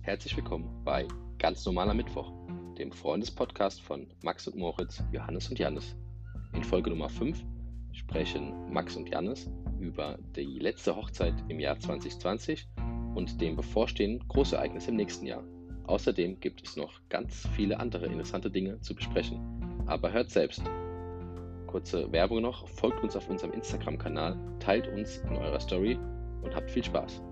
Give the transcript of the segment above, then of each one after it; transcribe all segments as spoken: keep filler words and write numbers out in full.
Herzlich willkommen bei Ganz normaler Mittwoch, dem Freundespodcast von Max und Moritz, Johannes und Jannis. In Folge Nummer fünf sprechen Max und Jannis über die letzte Hochzeit im Jahr zwanzig zwanzig und dem bevorstehenden Großereignis im nächsten Jahr. Außerdem gibt es noch ganz viele andere interessante Dinge zu besprechen. Aber hört selbst. Kurze Werbung noch, folgt uns auf unserem Instagram-Kanal, teilt uns in eurer Story und habt viel Spaß.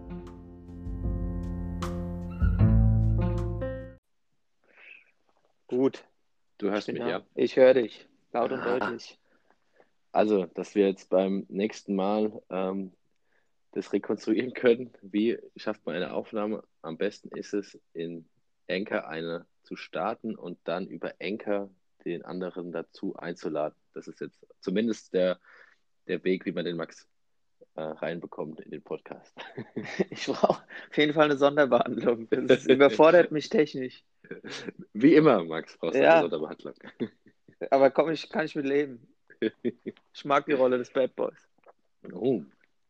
Gut, Du hörst mich, genau. ja? Ich höre dich, laut und Ah. deutlich. Also, dass wir jetzt beim nächsten Mal ähm, das rekonstruieren können, wie schafft man eine Aufnahme? Am besten ist es, in Anchor eine zu starten und dann über Anchor den anderen dazu einzuladen. Das ist jetzt zumindest der, der Weg, wie man den Max äh, reinbekommt in den Podcast. Ich brauche auf jeden Fall eine Sonderbehandlung. Das überfordert mich technisch. Wie immer, Max, brauchst du Ja. eine Sonderbehandlung. Aber komm, ich, kann ich mit leben. Ich mag die Rolle des Bad Boys. Oh.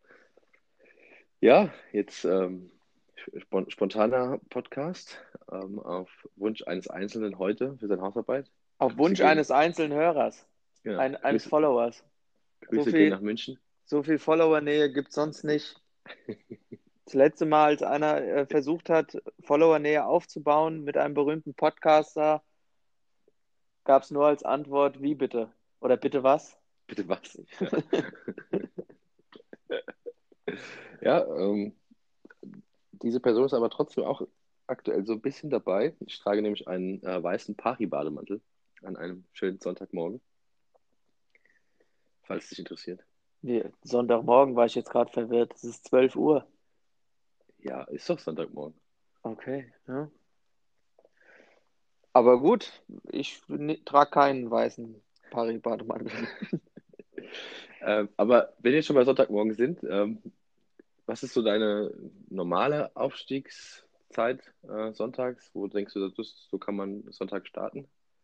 Ja, jetzt ähm, spon- spontaner Podcast ähm, auf Wunsch eines Einzelnen heute für seine Hausarbeit. Auf Grüße Wunsch gehen- eines einzelnen Hörers, Genau. ein, eines Grüße, Followers. Grüße so gehen viel- nach München. So viel Follower-Nähe gibt es sonst nicht. Das letzte Mal, als einer äh, versucht hat, Follower-Nähe aufzubauen mit einem berühmten Podcaster, gab es nur als Antwort, wie bitte? Oder bitte was? Bitte was? Ja, ähm, diese Person ist aber trotzdem auch aktuell so ein bisschen dabei. Ich trage nämlich einen äh, weißen Pari-Bademantel an einem schönen Sonntagmorgen, falls es dich interessiert. Nee, Sonntagmorgen war ich jetzt gerade verwirrt. Es ist zwölf Uhr. Ja, ist doch Sonntagmorgen. Okay, ja. Aber gut, ich trage keinen weißen Paris-Bademantel. Ähm, aber wenn wir schon bei Sonntagmorgen sind, ähm, was ist so deine normale Aufstiegszeit äh, sonntags? Wo denkst du, das ist, so kann man Sonntag starten?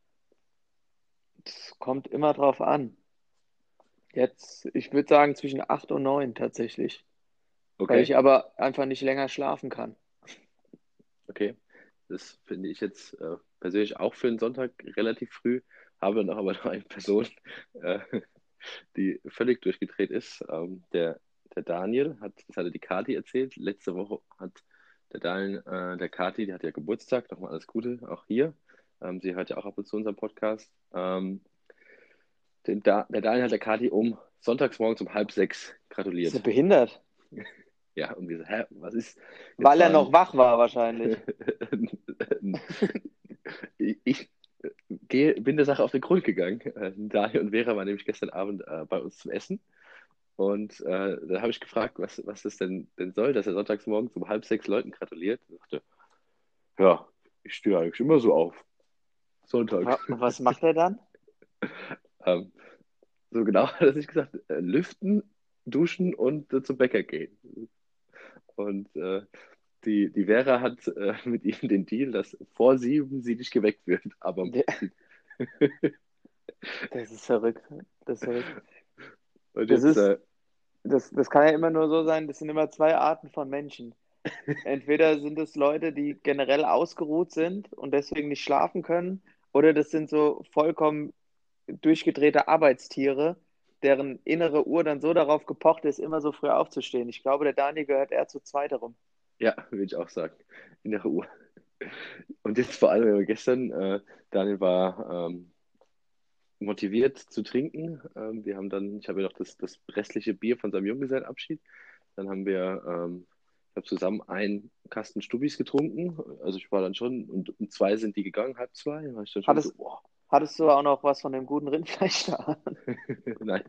Das kommt immer drauf an. Jetzt, ich würde sagen, zwischen acht und neun tatsächlich. Weil Okay, ich aber einfach nicht länger schlafen kann. okay. Das finde ich jetzt äh, persönlich auch für einen Sonntag relativ früh. Habe noch aber noch eine Person, äh, die völlig durchgedreht ist. Ähm, der, der Daniel hat, das hatte die Kathi erzählt. Letzte Woche hat der Daniel, äh, der Kathi, die hat ja Geburtstag. Nochmal alles Gute, auch hier. Ähm, sie hört ja auch ab und zu unseren Podcast. Ähm, den da der Daniel hat der Kathi um sonntags morgens um halb sechs Ist er gratuliert. behindert? Ja, und wir so, hä, was ist? Jetzt Weil er waren- noch wach war wahrscheinlich. ich ich gehe, bin der Sache auf den Grund gegangen. Äh, Daniel und Vera waren nämlich gestern Abend äh, bei uns zum Essen. Und äh, da habe ich gefragt, was, was das denn, denn soll, dass er sonntags morgens um halb sechs Leuten gratuliert. Er sagte, ja, ich stehe eigentlich immer so auf. Sonntag. Wa- Was macht er dann? Ähm, so genau hat er sich gesagt, äh, lüften, duschen und äh, zum Bäcker gehen. Und äh, die, die Vera hat äh, mit ihm den Deal, dass vor sieben sie nicht geweckt wird. Aber Der- Das ist verrückt. Das ist verrückt. und Das jetzt, ist- äh, Das, das kann ja immer nur so sein, das sind immer zwei Arten von Menschen. Entweder sind es Leute, die generell ausgeruht sind und deswegen nicht schlafen können, oder das sind so vollkommen durchgedrehte Arbeitstiere, deren innere Uhr dann so darauf gepocht ist, immer so früh aufzustehen. Ich glaube, der Daniel gehört eher zu zweiterem. ja, würde ich auch sagen, innere Uhr. Und jetzt vor allem äh, gestern, äh, Daniel war ähm, motiviert zu trinken. Ähm, wir haben dann, ich habe ja noch das, das restliche Bier von seinem Junggesellenabschied. Dann haben wir, ähm, ich habe zusammen einen Kasten Stubis getrunken. Also ich war dann schon, und um zwei sind die gegangen, halb zwei. Da war ich dann schon Hattest, so, boah, hattest du auch noch was von dem guten Rindfleisch da? nein.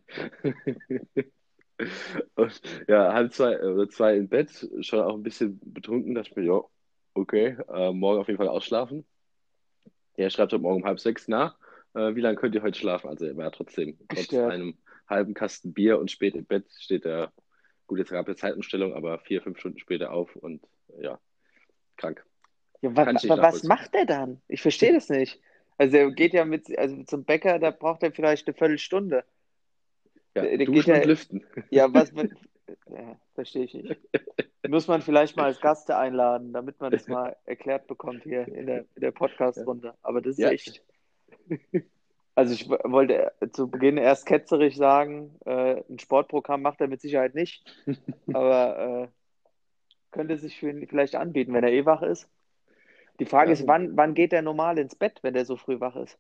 Und ja, halb zwei oder zwei im Bett, schon auch ein bisschen betrunken, dachte ich mir, ja, okay, äh, morgen auf jeden Fall ausschlafen. Er schreibt heute Morgen um halb sechs nach. Äh, wie lange könnt ihr heute schlafen? Also er war trotzdem, trotz Gestört. einem halben Kasten Bier und spät im Bett, steht er, gut, jetzt gab es Zeitumstellung, aber vier, fünf Stunden später auf und ja, krank. Ja, wa, Kann ich nicht aber was nachvollziehen. macht er dann? Ich verstehe das nicht. Also er geht ja mit, also zum Bäcker, da braucht er vielleicht eine Viertelstunde. Ja, Der- der duschen geht ja- und lüften. Ja, was mit. Ja, verstehe ich nicht. Muss man vielleicht mal als Gast einladen, damit man das mal erklärt bekommt hier in der, in der Ja, Podcast-Runde. Aber das ist ja. echt. Also ich w- wollte zu Beginn erst ketzerisch sagen, äh, ein Sportprogramm macht er mit Sicherheit nicht, aber äh, könnte sich für ihn vielleicht anbieten, wenn er eh wach ist. Die Frage Ja, ist, wann, wann geht der normal ins Bett, wenn der so früh wach ist?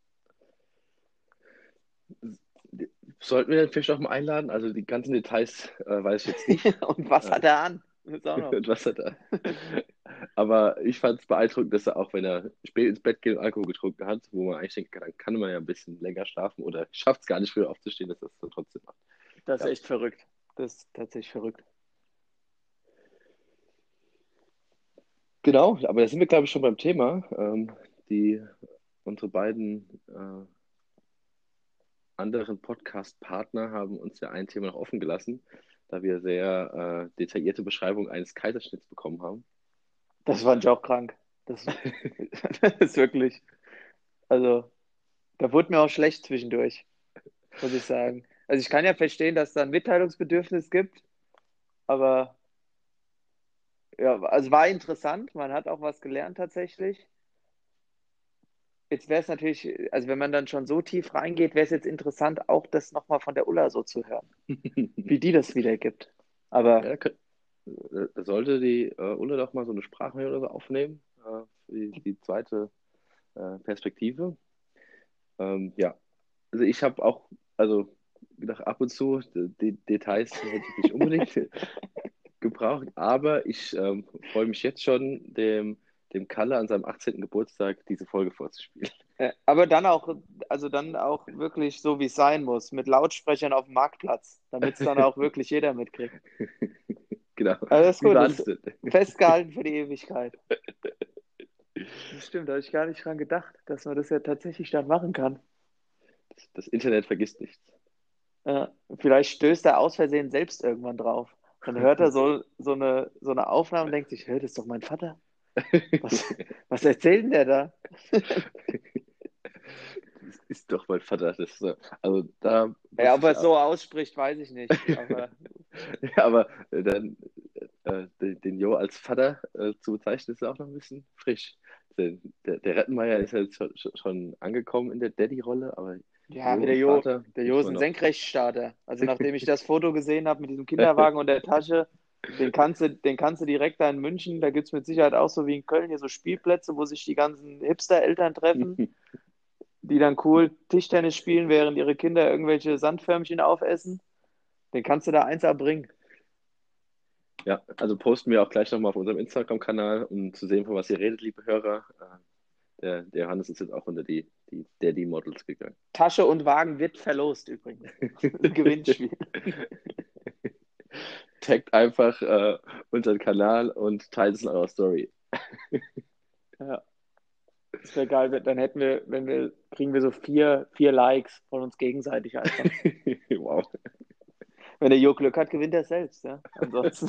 sollten wir den Fisch auch mal einladen? Also die ganzen Details äh, weiß ich jetzt nicht. Und was Äh, hat er an? Das ist auch noch. und was hat er? Aber ich fand es beeindruckend, dass er auch, wenn er spät ins Bett geht und Alkohol getrunken hat, wo man eigentlich denkt, dann kann man ja ein bisschen länger schlafen oder schafft es gar nicht früher aufzustehen, dass er es dann trotzdem macht. Das ist Ja, echt verrückt. Das ist tatsächlich verrückt. genau, aber da sind wir, glaube ich, schon beim Thema. Ähm, die, unsere beiden äh, anderen Podcast-Partner haben uns ja ein Thema noch offen gelassen, da wir sehr äh, detaillierte Beschreibung eines Kaiserschnitts bekommen haben. Das fand ich auch krank. Das, das ist wirklich. Also, da wurde mir auch schlecht zwischendurch, muss ich sagen. Also, ich kann ja verstehen, dass es da ein Mitteilungsbedürfnis gibt, aber ja, also war interessant. Man hat auch was gelernt tatsächlich. Jetzt wäre es natürlich, also wenn man dann schon so tief reingeht, wäre es jetzt interessant, auch das nochmal von der Ulla so zu hören, wie die das wiedergibt. Aber Ja, da, könnt, da sollte die äh, Ulla doch mal so eine Sprachmail oder so aufnehmen, äh, für die, die zweite äh, Perspektive. Ähm, ja, also ich habe auch, also gedacht, ab und zu, die, die Details hätte ich nicht unbedingt gebraucht, aber ich ähm, freue mich jetzt schon, dem, dem Kalle an seinem achtzehnten Geburtstag diese Folge vorzuspielen. Äh, Aber dann auch, also dann auch wirklich so, wie es sein muss, mit Lautsprechern auf dem Marktplatz, damit es dann auch wirklich jeder mitkriegt. Genau. Also das ist Wie gut, war das das ist denn? festgehalten für die Ewigkeit. Das stimmt, da habe ich gar nicht dran gedacht, dass man das ja tatsächlich dann machen kann. Das, das Internet vergisst nichts. Äh, vielleicht stößt er aus Versehen selbst irgendwann drauf. Dann hört er so, so eine, so eine Aufnahme und denkt sich, hör, das ist doch mein Vater. Was, was erzählt denn der da? Das ist doch mein Vater. Das ist so. Also da Ja, muss ob er ich es auch. so ausspricht, weiß ich nicht. Aber Ja, aber äh, dann äh, den, den Jo als Vater äh, zu bezeichnen, ist auch noch ein bisschen frisch. Der, der, der Rettenmeier ist ja jetzt schon, schon angekommen in der Daddy-Rolle, aber ja, Jo der und Jo, Vater der Jo muss ist man ein noch. Senkrechtstarter. Also nachdem ich das Foto gesehen habe mit diesem Kinderwagen und der Tasche, den kannst du, den kannst du direkt da in München, da gibt es mit Sicherheit auch so wie in Köln hier so Spielplätze, wo sich die ganzen Hipster-Eltern treffen, die dann cool Tischtennis spielen, während ihre Kinder irgendwelche Sandförmchen aufessen. Den kannst du da eins erbringen. Ja, also posten wir auch gleich nochmal auf unserem Instagram-Kanal, um zu sehen, von was ihr redet, liebe Hörer. Äh, Der, der Johannes ist jetzt auch unter die, die Daddy-Models gegangen. Tasche und Wagen wird verlost übrigens. Ein Gewinnspiel. Taggt einfach äh, unseren Kanal und teilt es in eurer Story. Ja, das wäre geil. Dann hätten wir, wenn wir, kriegen wir so vier, vier Likes von uns gegenseitig einfach. Wow. Wenn der Jo Glück hat, gewinnt er selbst, ja. Ansonsten.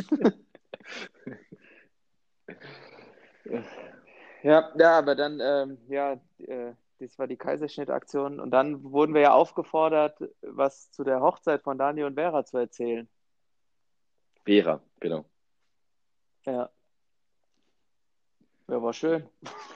Ja, ja, aber dann, ähm, ja, äh, das war die Kaiserschnitt-Aktion. Und dann wurden wir ja aufgefordert, was zu der Hochzeit von Dani und Vera zu erzählen. Vera, genau. Ja, ja, war schön.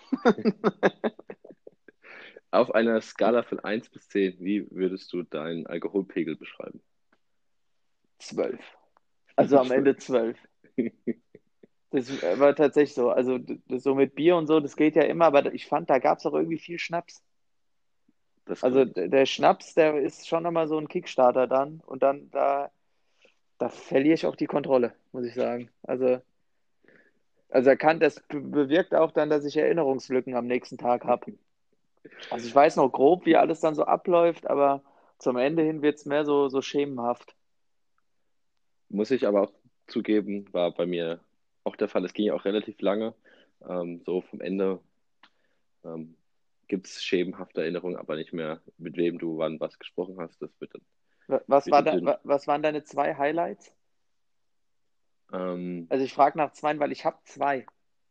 Auf einer Skala von eins bis zehn, wie würdest du deinen Alkoholpegel beschreiben? Zwölf. Also am Ende zwölf. Das war tatsächlich so. Also das, so mit Bier und so, das geht ja immer, aber ich fand, da gab es auch irgendwie viel Schnaps. Das Also glaube ich. d- der Schnaps, der ist schon nochmal so ein Kickstarter dann. Und dann, da, da verliere ich auch die Kontrolle, muss ich sagen. Also, also er kann, das be- bewirkt auch dann, dass ich Erinnerungslücken am nächsten Tag habe. Also ich weiß noch grob, wie alles dann so abläuft, aber zum Ende hin wird es mehr so, so schemenhaft. Muss ich aber auch zugeben, war bei mir auch der Fall. Es ging ja auch relativ lange. Ähm, so vom Ende ähm, gibt es schemenhafte Erinnerungen, aber nicht mehr, mit wem du wann was gesprochen hast. Das wird dann Wa- Was war wieder da, dünn. wa- was waren deine zwei Highlights? Ähm, Also ich frage nach zwei, weil ich habe zwei.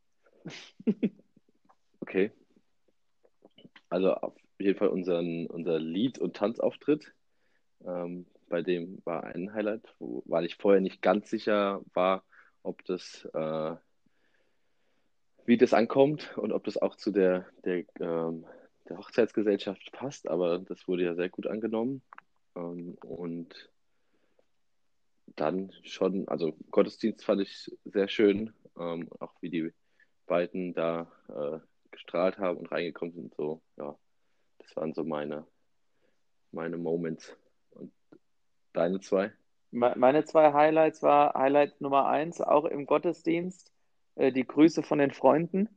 okay. Also auf jeden Fall unseren, unser Lied- und Tanzauftritt. Ähm, bei dem war ein Highlight, wo, weil ich vorher nicht ganz sicher war, ob das, äh, wie das ankommt und ob das auch zu der, der, ähm, der Hochzeitsgesellschaft passt, aber das wurde ja sehr gut angenommen. Ähm, und dann schon, also Gottesdienst fand ich sehr schön, ähm, auch wie die beiden da äh, gestrahlt haben und reingekommen sind. So, ja, das waren so meine, meine Moments. Und deine zwei? Me- Meine zwei Highlights war Highlight Nummer eins, auch im Gottesdienst, äh, die Grüße von den Freunden,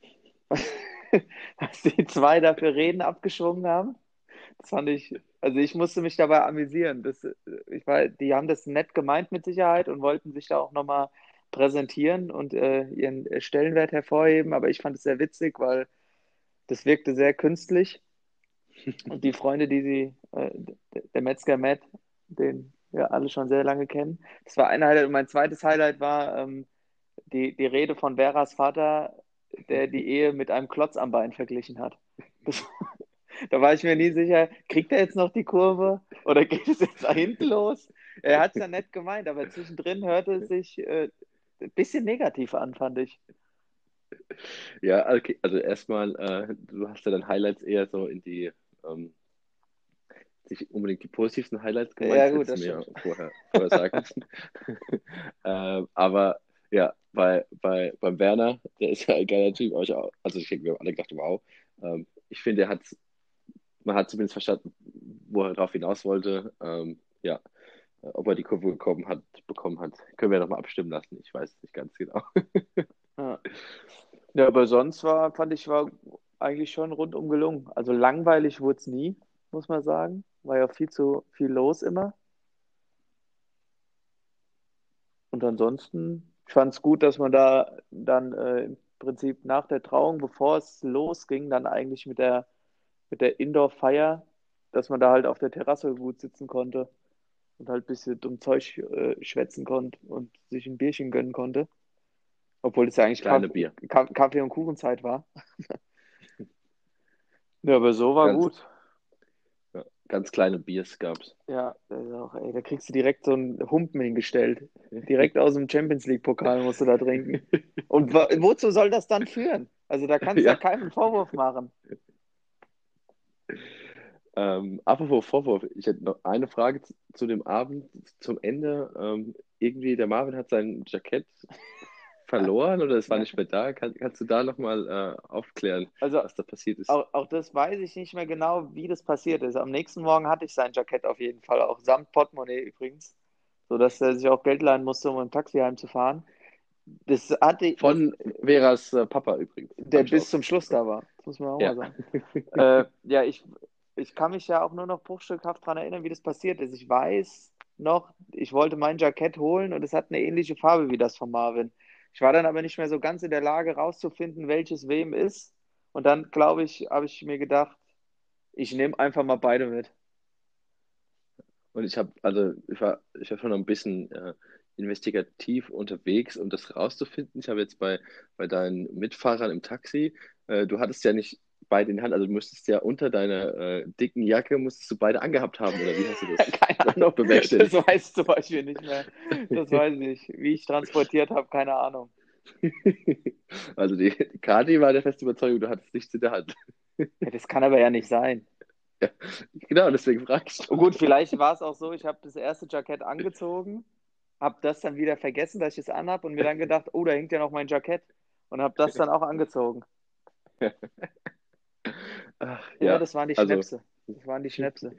was die zwei da für Reden abgeschwungen haben. Das fand ich, also ich musste mich dabei amüsieren. Das, äh, ich war, die haben das nett gemeint mit Sicherheit und wollten sich da auch nochmal präsentieren und äh, ihren Stellenwert hervorheben, aber ich fand es sehr witzig, weil das wirkte sehr künstlich. Und die Freunde, die sie, äh, der Metzger Matt, den wir alle schon sehr lange kennen, das war ein Highlight. Und mein zweites Highlight war ähm, die, die Rede von Veras Vater, der die Ehe mit einem Klotz am Bein verglichen hat. Das, da war ich mir nie sicher, kriegt er jetzt noch die Kurve oder geht es jetzt da hinten los? Er hat es ja nett gemeint, aber zwischendrin hörte es sich äh, ein bisschen negativ an, fand ich. Ja, okay. Also erstmal, äh, du hast ja dann Highlights eher so in die, ähm, nicht unbedingt die positivsten Highlights gemeint, Ja, das gut, hättest du das mir ja stimmt. vorher, vorher sagen müssen. ähm, aber ja, bei, bei, beim Werner, der ist ja ein geiler Typ. aber ich auch, also ich denke, wir haben alle gedacht, wow. Ähm, ich finde, er hat, man hat zumindest verstanden, wo er darauf hinaus wollte. Ähm, ja, ob er die Kurve bekommen hat, bekommen hat, können wir nochmal abstimmen lassen. Ich weiß es nicht ganz genau. Ja. Ja, aber sonst war, fand ich, war eigentlich schon rundum gelungen. Also langweilig wurde es nie, muss man sagen. War ja viel zu viel los immer. Und ansonsten, ich fand es gut, dass man da dann äh, im Prinzip nach der Trauung, bevor es losging, dann eigentlich mit der, mit der Indoor-Feier, dass man da halt auf der Terrasse gut sitzen konnte und halt ein bisschen dumm Zeug äh, schwätzen konnte und sich ein Bierchen gönnen konnte. Obwohl es ja Das eigentlich kleine Kaff Bier. Kaff Kaffee- und Kuchenzeit war. Ja, aber so war Ganz, gut. ja, ganz kleine Biers gab's. Ja, das ist auch, ey, da kriegst du direkt so einen Humpen hingestellt. Direkt aus dem Champions League-Pokal musst du da trinken. Und wo, wozu soll das dann führen? Also da kannst du ja Ja, keinem einen Vorwurf machen. ähm, apropos Vorwurf, ich hätte noch eine Frage zu, zu dem Abend, zum Ende. Ähm, irgendwie, der Marvin hat sein Jackett verloren oder es war Ja. nicht mehr da. Kann, kannst du da nochmal äh, aufklären, Also was da passiert ist? auch, auch das weiß ich nicht mehr genau, wie das passiert ist. Am nächsten Morgen hatte ich sein Jackett auf jeden Fall, auch samt Portemonnaie übrigens, sodass er sich auch Geld leihen musste, um im Taxi heimzufahren. Das hatte, das, Von Veras äh, Papa übrigens, der habe ich bis zum rausgefunden. Schluss da war. Das muss man auch mal Ja. sagen. Äh, ja, ich, ich kann mich ja auch nur noch bruchstückhaft daran erinnern, wie das passiert ist. Ich weiß noch, ich wollte mein Jackett holen und es hat eine ähnliche Farbe wie das von Marvin. Ich war dann aber nicht mehr so ganz in der Lage, rauszufinden, welches wem ist. Und dann, glaube ich, habe ich mir gedacht, ich nehme einfach mal beide mit. Und ich habe, also ich war, ich war schon noch ein bisschen äh, investigativ unterwegs, um das rauszufinden. Ich habe jetzt bei, bei deinen Mitfahrern im Taxi, äh, du hattest ja nicht beide in der Hand, also du musstest ja unter deiner äh, dicken Jacke, musstest du beide angehabt haben, oder wie hast du das Keine Ahnung, das bewerkstelligt? weiß ich zum Beispiel nicht mehr. Das weiß ich nicht. Wie ich transportiert habe, keine Ahnung. Also die, die Kati war der festen Überzeugung, du hattest nichts in der Hand. Ja, das kann aber ja nicht sein. Ja, genau, deswegen fragst Oh du. gut, vielleicht war es auch so, ich habe das erste Jackett angezogen, habe das dann wieder vergessen, dass ich es anhab und mir dann gedacht, oh, da hängt ja noch mein Jackett und habe das dann auch angezogen. Ach, Ja, ja, das waren die also Schnäpse. Das waren die Schnäpse.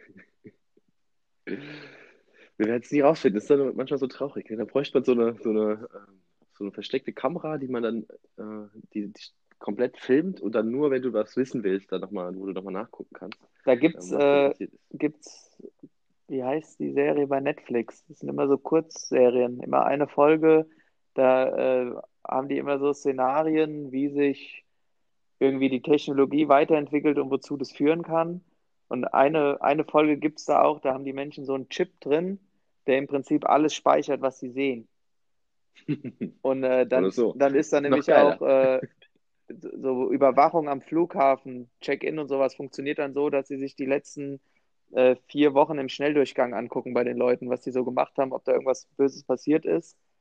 wir werden es nie rausfinden. Das ist dann manchmal so traurig. Ne? Da bräuchte man so eine, so eine, ähm, so eine versteckte Kamera, die man dann äh, die, die komplett filmt und dann nur, wenn du was wissen willst, dann noch mal, wo du nochmal nachgucken kannst, Da ähm, gibt's, was dann äh, passiert ist. gibt's, wie heißt die Serie bei Netflix? Das sind immer so Kurzserien, immer eine Folge. Da äh, haben die immer so Szenarien, wie sich irgendwie die Technologie weiterentwickelt und wozu das führen kann. Und eine, eine Folge gibt es da auch, da haben die Menschen so einen Chip drin, der im Prinzip alles speichert, was sie sehen. Und äh, Oder dann, so. dann ist da Noch nämlich auch geiler. äh, so Überwachung am Flughafen, Check-in und sowas funktioniert dann so, dass sie sich die letzten äh, vier Wochen im Schnelldurchgang angucken bei den Leuten, was die so gemacht haben, ob da irgendwas Böses passiert ist.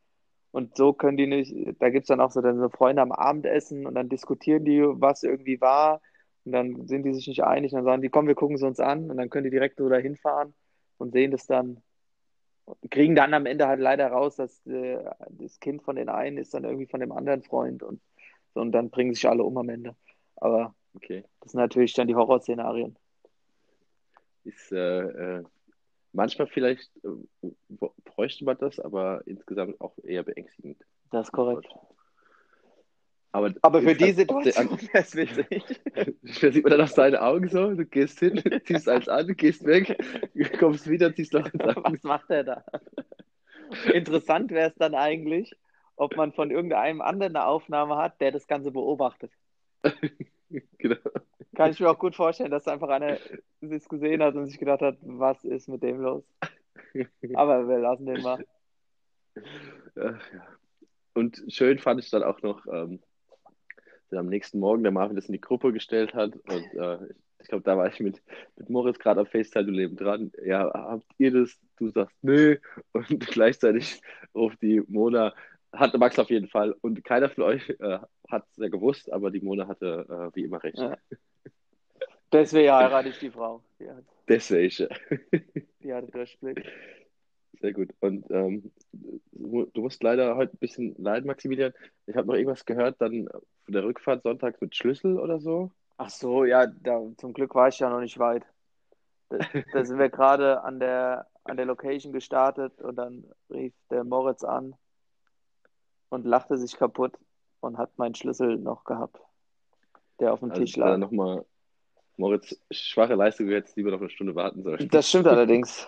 Und so können die nicht, da gibt es dann auch so, dann so Freunde am Abendessen und dann diskutieren die, was irgendwie war. Und dann sind die sich nicht einig. Und dann sagen die, komm, wir gucken es uns an. Und dann können die direkt so dahin fahren und sehen das dann. Kriegen dann am Ende halt leider raus, dass äh, das Kind von den einen ist dann irgendwie von dem anderen Freund. Und, so, und dann bringen sich alle um am Ende. Aber Okay. das sind natürlich dann die Horrorszenarien. Ist äh, äh, manchmal vielleicht äh, wo- bräuchte man das, aber insgesamt auch eher beängstigend. Das ist korrekt. Aber Aber für ist die dann auf der, Situation wäre es witzig. da sieht man dann auf seine Augen so, du gehst hin, ziehst eins an, gehst weg, kommst wieder, ziehst noch eins an. Was macht er da? Interessant wäre es dann eigentlich, ob man von irgendeinem anderen eine Aufnahme hat, der das Ganze beobachtet. Genau. Kann ich mir auch gut vorstellen, dass einfach einer es gesehen hat und sich gedacht hat, was ist mit dem los? Aber wir lassen den mal. Ach, ja. Und schön fand ich dann auch noch, ähm, dass am nächsten Morgen der Marvin das in die Gruppe gestellt hat. Und äh, ich, ich glaube, da war ich mit, mit Moritz gerade auf FaceTime, du Leben dran. Ja, habt ihr das? Du sagst, nö. Und gleichzeitig ruft die Mona, hatte Max auf jeden Fall. Und keiner von euch äh, hat es ja gewusst, aber die Mona hatte äh, wie immer recht. Ja. Deswegen heirate ich die Frau. Die, hat, Deswegen. die hatte Durchblick. Sehr gut. Und ähm, du du musst leider heute ein bisschen leiden, Maximilian. Ich habe noch irgendwas gehört, dann von der Rückfahrt sonntags mit Schlüssel oder so. Ach so, ja, da, zum Glück war ich ja noch nicht weit. Da, da sind wir gerade an der, an der Location gestartet und dann rief der Moritz an und lachte sich kaputt und hat meinen Schlüssel noch gehabt, der auf dem Also Tisch da lag. nochmal, Moritz, schwache Leistung, du hättest lieber noch eine Stunde warten sollen. Das stimmt allerdings.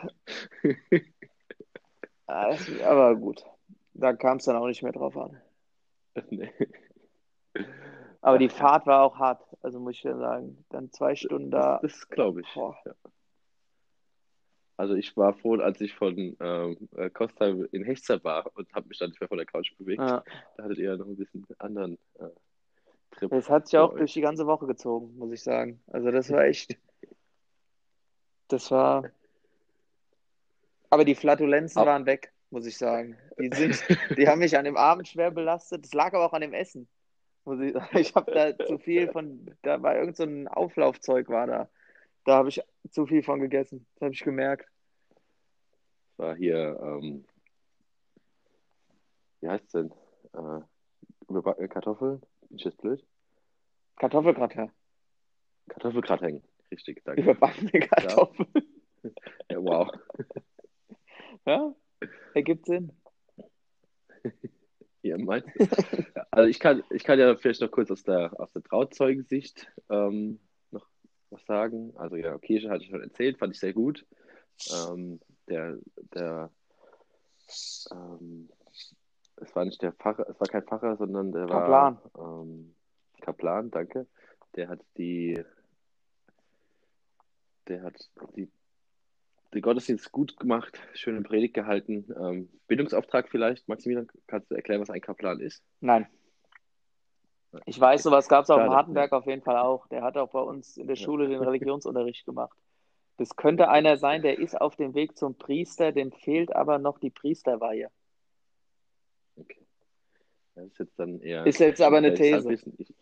Ah, aber gut, da kam es dann auch nicht mehr drauf an. Nee. Aber die Ach ja, Fahrt war auch hart, also muss ich ja sagen. Dann zwei Stunden das, da. das glaube ich. Boah. Ja. Also ich war froh, als ich von ähm, äh, Costa in Hechzer war und habe mich dann nicht mehr von der Couch bewegt. Ja. Da hattet ihr ja noch ein bisschen anderen äh, Trip Das hat sich vor auch durch euch. die ganze Woche gezogen, muss ich sagen. Also das war echt, das war. Aber die Flatulenzen Au. waren weg, muss ich sagen. Die sind, die haben mich an dem Abend schwer belastet. Das lag aber auch an dem Essen, muss ich sagen. Ich habe da zu viel von, da war irgend so ein Auflaufzeug war da. Da habe ich zu viel von gegessen. Das habe ich gemerkt. War hier, ähm, wie heißt es denn? Äh, überbackene Kartoffeln? Bin ich jetzt blöd? Kartoffelgratin. Kartoffelgratin. Richtig, danke. Überbackene Ja, Kartoffeln. ja, wow. Ja, ergibt Sinn. Hier meinst du? Ja, also ich kann, ich kann ja vielleicht noch kurz aus der, aus der Trauzeugensicht ähm, noch was sagen. Also ja, Kirche hatte ich schon erzählt, fand ich sehr gut. Ähm, der, der, ähm, es war nicht der Pfarrer, es war kein Pfarrer, sondern der war Kaplan. ähm, Kaplan, danke. Der hat die, der hat die, den Gottesdienst gut gemacht, schöne Predigt gehalten. Ähm, Bildungsauftrag vielleicht, Maximilian, kannst du erklären, was ein Kaplan ist? Nein. Ich weiß, Okay, sowas gab es auf dem schade. Ja, Hartenberg auf jeden Fall auch. Der hat auch bei uns in der ja. Schule den Religionsunterricht gemacht. Das könnte Okay, einer sein, der ist auf dem Weg zum Priester, dem fehlt aber noch die Priesterweihe. okay. Das ist jetzt dann eher Ist jetzt aber eine gefährliches These. Halbwissen. Ich,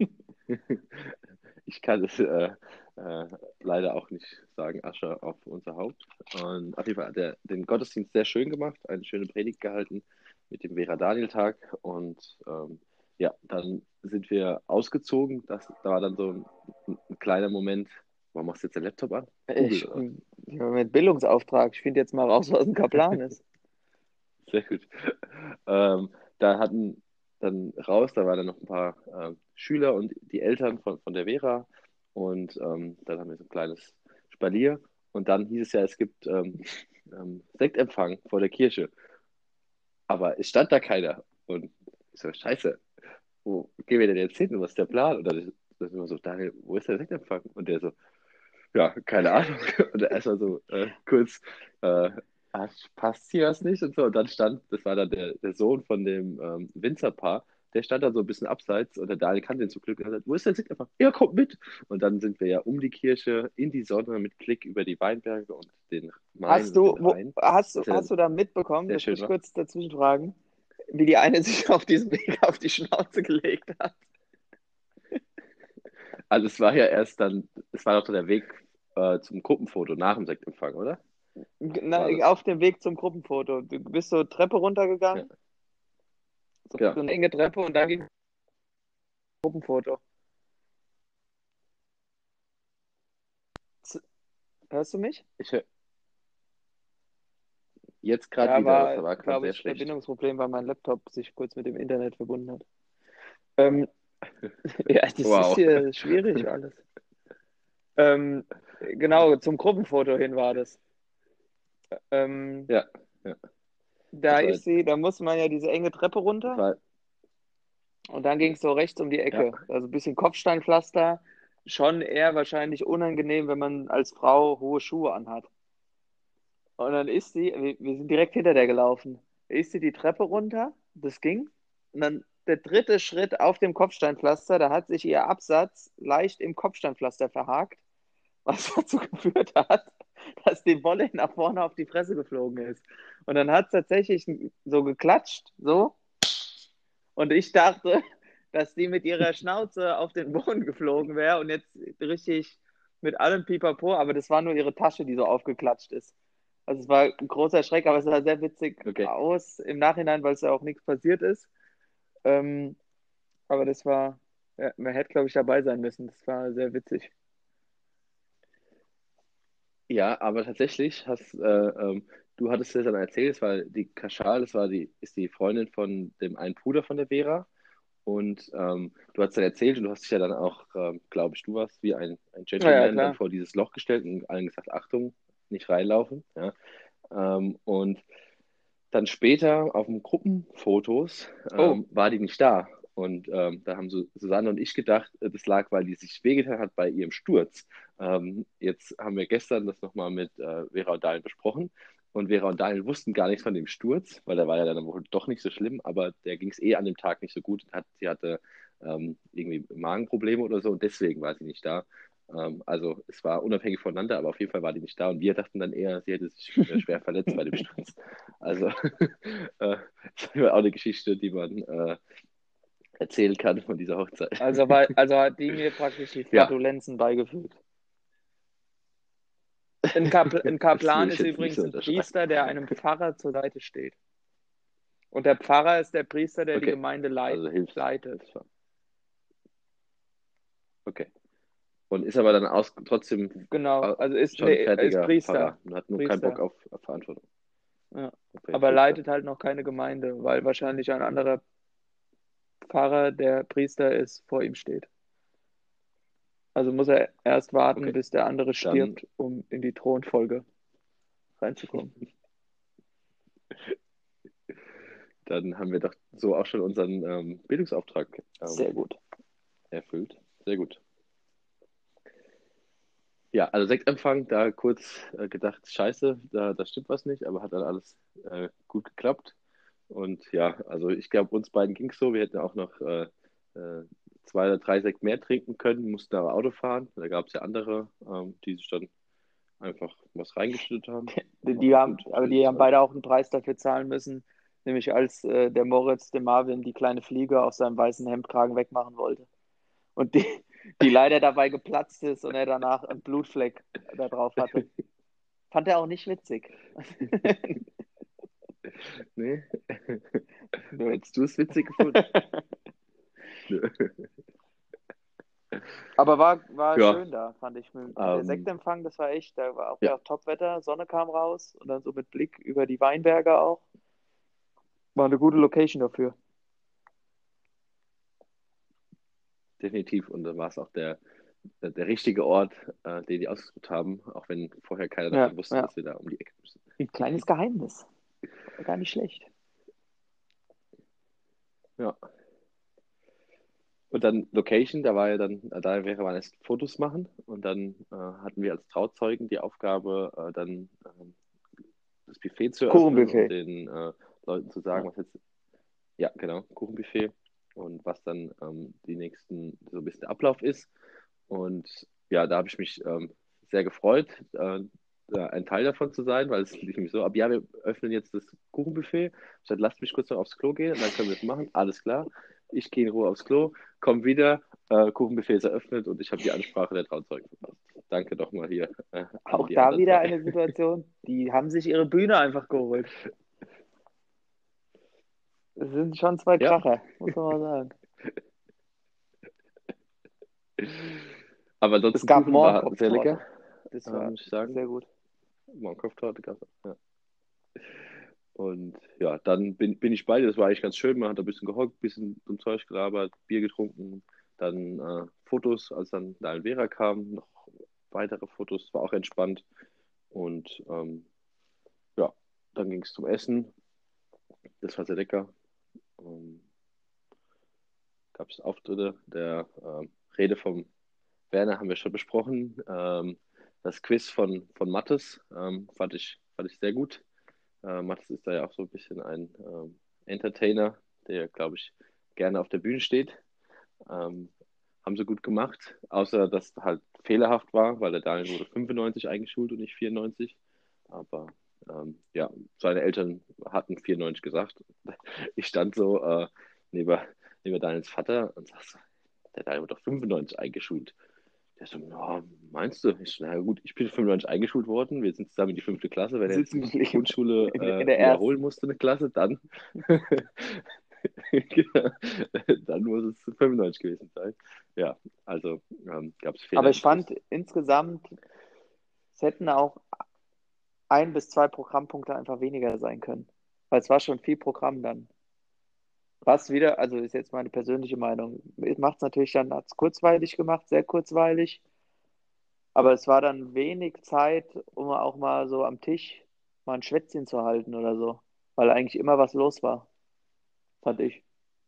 ich kann es äh, äh, leider auch nicht sagen, Asche auf unser Haupt. Und auf jeden Fall hat er den Gottesdienst sehr schön gemacht, eine schöne Predigt gehalten mit dem Vera Daniel-Tag. Und ähm, ja, dann sind wir ausgezogen. Das, da war dann so ein, ein kleiner Moment. Warum machst du jetzt den Laptop an? Google, Ich, oder? ich habe mit Bildungsauftrag. Ich finde jetzt mal raus, was ein Kaplan ist. Sehr gut. Ähm, da hatten dann raus, da waren dann noch ein paar ähm, Schüler und die Eltern von, von der Vera und ähm, dann haben wir so ein kleines Spalier und dann hieß es ja, es gibt ähm, ähm, Sektempfang vor der Kirche, aber es stand da keiner und ich so, scheiße, wo gehen wir denn jetzt hin und was ist der Plan? Und dann ist das immer so, Daniel, wo ist der Sektempfang? Und der so, ja, keine Ahnung. Und erstmal so äh, kurz, äh, ah, passt hier was nicht und so. Und dann stand, das war dann der, der Sohn von dem ähm, Winzerpaar, der stand da so ein bisschen abseits und der Daniel kannte ihn zum Glück und hat gesagt, wo ist der Sigmar? Ja, kommt mit. Und dann sind wir ja um die Kirche in die Sonne mit Blick über die Weinberge und den Main Hast und du, den wo, Rhein, hast du, was ja hast du da mitbekommen, sehr das muss schön ich war. kurz dazwischen fragen, wie die eine sich auf diesem Weg auf die Schnauze gelegt hat. Also es war ja erst dann, es war doch der Weg äh, zum Gruppenfoto nach dem Sektempfang, oder? Na, War das? auf dem Weg zum Gruppenfoto. Du bist so Treppe Ja, runtergegangen, so genau. eine enge Treppe und dann ging Gruppenfoto. Z- Hörst du mich? Ich hör jetzt gerade Ja, wieder, das war, war gerade glaube sehr ich, schlecht. Verbindungsproblem, weil mein Laptop sich kurz mit dem Internet verbunden hat. Ähm, ja, das ist Wow. hier schwierig alles. Ähm, genau, zum Gruppenfoto hin war das. Ähm, Ja, ja. da Das war, ist sie, da muss man ja diese enge Treppe das runter war, und dann ging es so rechts um die ja, Ecke. Also ein bisschen Kopfsteinpflaster. Schon eher wahrscheinlich unangenehm, wenn man als Frau hohe Schuhe anhat. Und dann ist sie, wir, wir sind direkt hinter der gelaufen. Ist sie die Treppe runter, das ging. Und dann der dritte Schritt auf dem Kopfsteinpflaster, da hat sich ihr Absatz leicht im Kopfsteinpflaster verhakt, was dazu geführt hat, dass die Wolle nach vorne auf die Fresse geflogen ist. Und dann hat es tatsächlich so geklatscht, so. Und ich dachte, dass die mit ihrer Schnauze auf den Boden geflogen wäre und jetzt richtig mit allem Pipapo, aber das war nur ihre Tasche, die so aufgeklatscht ist. Also es war ein großer Schreck, aber es sah sehr witzig okay. aus im Nachhinein, weil es ja auch nichts passiert ist. Ähm, aber das war, ja, man hätte, glaube ich, dabei sein müssen. Das war sehr witzig. Ja, aber tatsächlich hast, äh, ähm, du hattest es dann erzählt, es war die Kaschal, das war die, ist die Freundin von dem einen Bruder von der Vera. Und ähm, du hast dann erzählt und du hast dich ja dann auch, ähm, glaube ich, du warst wie ein, ein Ja, ja, Gentleman dann klar. vor dieses Loch gestellt und allen gesagt, Achtung, nicht reinlaufen. Ja? Ähm, und dann später auf den Gruppenfotos Oh, ähm, war die nicht da. Und ähm, da haben so Susanne und ich gedacht, äh, das lag, weil die sich wehgetan hat bei ihrem Sturz. Ähm, jetzt haben wir gestern das nochmal mit äh, Vera und Daniel besprochen. Und Vera und Daniel wussten gar nichts von dem Sturz, weil der war ja dann wohl doch nicht so schlimm, aber der ging es eh an dem Tag nicht so gut. Hat, sie hatte ähm, irgendwie Magenprobleme oder so und deswegen war sie nicht da. Ähm, also es war unabhängig voneinander, aber auf jeden Fall war die nicht da. Und wir dachten dann eher, sie hätte sich äh, schwer verletzt bei dem Sturz. Also äh, das war auch eine Geschichte, die man äh, erzählen kann von dieser Hochzeit. also, war, also hat die mir praktisch die Ja, Flatulenzen beigefügt. Ein, Kapl ein das Kaplan würde ich ist jetzt nicht so übrigens ein unterschreiben. Priester, der einem Pfarrer zur Seite steht. Und der Pfarrer ist der Priester, der die Okay, Gemeinde lei also hilft. leitet. Okay. Und ist aber dann aus, trotzdem Genau, äh, also ist, schon nee, er ist fertiger Priester. Pfarrer und hat nur keinen Bock Priester. auf, auf Verantwortung. Ja. Okay, Aber super. leitet halt noch keine Gemeinde, weil wahrscheinlich ein anderer Pfarrer, der Priester ist, vor ihm steht. Also muss er erst warten, Okay, bis der andere dann, stirbt, um in die Thronfolge reinzukommen. dann haben wir doch so auch schon unseren ähm, Bildungsauftrag ähm, Sehr gut. erfüllt. Sehr gut. Ja, also Sektempfang, da kurz äh, gedacht, scheiße, da, da stimmt was nicht, aber hat dann alles äh, gut geklappt. Und ja, also ich glaube, uns beiden ging es so. Wir hätten auch noch äh, äh, zwei oder drei Sekt mehr trinken können, mussten aber Auto fahren. Da gab es ja andere, ähm, die sich dann einfach was reingeschüttet haben. Die, die Aber haben, gut, aber für die sich haben halt. beide auch einen Preis dafür zahlen müssen, nämlich als äh, der Moritz dem Marvin die kleine Fliege aus seinem weißen Hemdkragen wegmachen wollte. Und die, die leider dabei geplatzt ist und er danach einen Blutfleck da drauf hatte. Fand er auch nicht witzig. Nee? Nö. Hättest du es witzig gefunden? Nö. Aber war, war Ja, schön da, fand ich. Der ähm, Sektempfang, das war echt, da war auch ja, ja Topwetter, Sonne kam raus und dann so mit Blick über die Weinberge auch. War eine gute Location dafür. definitiv. Und dann war es auch der, der, der richtige Ort, äh, den die ausgesucht haben, auch wenn vorher keiner Ja, davon wusste, ja. dass wir da um die Ecke müssen. Kleines Geheimnis. War gar nicht schlecht. Ja. Und dann Location, da war ja dann, da wäre man erst Fotos machen und dann äh, hatten wir als Trauzeugen die Aufgabe, äh, dann ähm, das Buffet zu eröffnen und Kuchenbuffet. den äh, Leuten zu sagen, Ja. was jetzt, ja, genau, Kuchenbuffet und was dann ähm, die nächsten, so ein bisschen der Ablauf ist. Und ja, da habe ich mich ähm, sehr gefreut, äh, ja, ein Teil davon zu sein, weil es lief nämlich so ab, ja, wir öffnen jetzt das Kuchenbuffet. Ich sagte, lasst mich kurz noch aufs Klo gehen, dann können wir das machen. Alles klar. Ich gehe in Ruhe aufs Klo, komme wieder, äh, Kuchenbuffet ist eröffnet und ich habe die Ansprache der Trauzeugen verpasst. Danke doch mal hier äh, an Auch die da anderen wieder zwei. eine Situation, die haben sich ihre Bühne einfach geholt. Das sind schon zwei Ja, Kracher, muss man mal sagen. aber Es ansonsten gab Kuchen war sehr Mohrenkopftorte. lecker, Das äh, war muss ich sagen. sehr gut. Mohrenkopftorte gab es. Ja. Und ja, dann bin, bin ich bei dir. Das war eigentlich ganz schön. Man hat ein bisschen gehockt, ein bisschen zum Zeug gelabert, Bier getrunken, dann äh, Fotos, als dann Daniel Vera kam, noch weitere Fotos, war auch entspannt. Und ähm, ja, dann ging es zum Essen. Das war sehr lecker. Ähm, Gab es Auftritte. Der ähm, Rede vom Werner haben wir schon besprochen. Ähm, das Quiz von, von Mattes ähm, fand ich, fand ich sehr gut. Äh, Mattes ist da ja auch so ein bisschen ein ähm, Entertainer, der, glaube ich, gerne auf der Bühne steht. Ähm, Haben sie gut gemacht, außer dass halt fehlerhaft war, weil der Daniel wurde fünfundneunzig eingeschult und nicht vierundneunzig. Aber ähm, ja, seine Eltern hatten vierundneunzig gesagt. Ich stand so äh, neben, neben Daniels Vater und sagte, der Daniel wurde doch fünfundneunzig eingeschult. Der so, ja, meinst du? Ich so, na gut, ich bin fünfundneunzig eingeschult worden. Wir sind zusammen in die fünfte Klasse. Wenn er jetzt Sitzen die geblieben Grundschule in, in äh, der ersten. wiederholen musste, eine Klasse, dann, genau, dann muss es fünfundneunzig gewesen sein. Ja, also ähm, gab es Fehler Aber im ich fand Quiz. insgesamt, es hätten auch ein bis zwei Programmpunkte einfach weniger sein können. Weil es war schon viel Programm dann. Was wieder, also ist jetzt meine persönliche Meinung, macht es natürlich dann, hat es kurzweilig gemacht, sehr kurzweilig. Aber es war dann wenig Zeit, um auch mal so am Tisch mal ein Schwätzchen zu halten oder so. Weil eigentlich immer was los war, fand ich.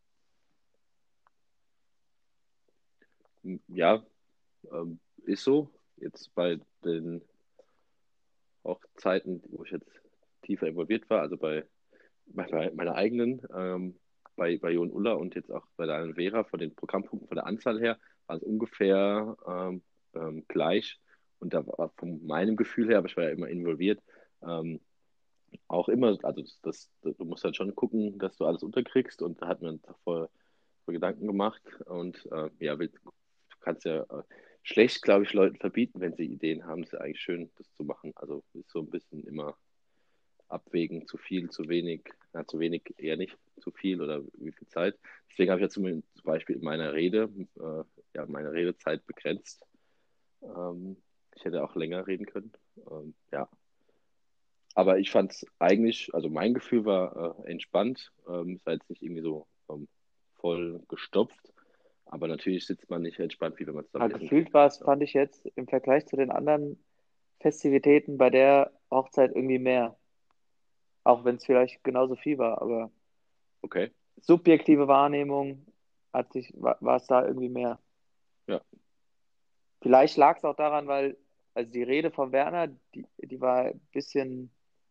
Ja, ähm, ist so. Jetzt bei den Hochzeiten, wo ich jetzt tiefer involviert war, also bei, bei meiner eigenen, ähm, bei, bei Jon Ulla und jetzt auch bei der Vera, von den Programmpunkten, von der Anzahl her, war es ungefähr ähm, ähm, gleich. Und da war von meinem Gefühl her, aber ich war ja immer involviert, ähm, auch immer, also das, das, du musst halt schon gucken, dass du alles unterkriegst und da hat man voll, voll Gedanken gemacht und äh, ja, du kannst ja äh, schlecht, glaube ich, Leuten verbieten, wenn sie Ideen haben. Es ist ja eigentlich schön, das zu machen. Also ist so ein bisschen immer abwägen, zu viel, zu wenig, na, zu wenig eher nicht, zu viel oder wie viel Zeit. Deswegen habe ich ja zum, zum Beispiel in meiner Rede, äh, ja, meine Redezeit begrenzt. Ähm, Ich hätte auch länger reden können. Ähm, ja, aber ich fand es eigentlich, also mein Gefühl war äh, entspannt. Ähm, es war jetzt nicht irgendwie so ähm, voll gestopft. Aber natürlich sitzt man nicht entspannt, wie wenn man zusammen Ja, essen gefühlt geht. war es, Ja. fand ich jetzt im Vergleich zu den anderen Festivitäten bei der Hochzeit irgendwie mehr. Auch wenn es vielleicht genauso viel war, aber Okay, subjektive Wahrnehmung hat sich, war, war es da irgendwie mehr. ja, Vielleicht lag es auch daran, weil, also die Rede von Werner, die, die war ein bisschen,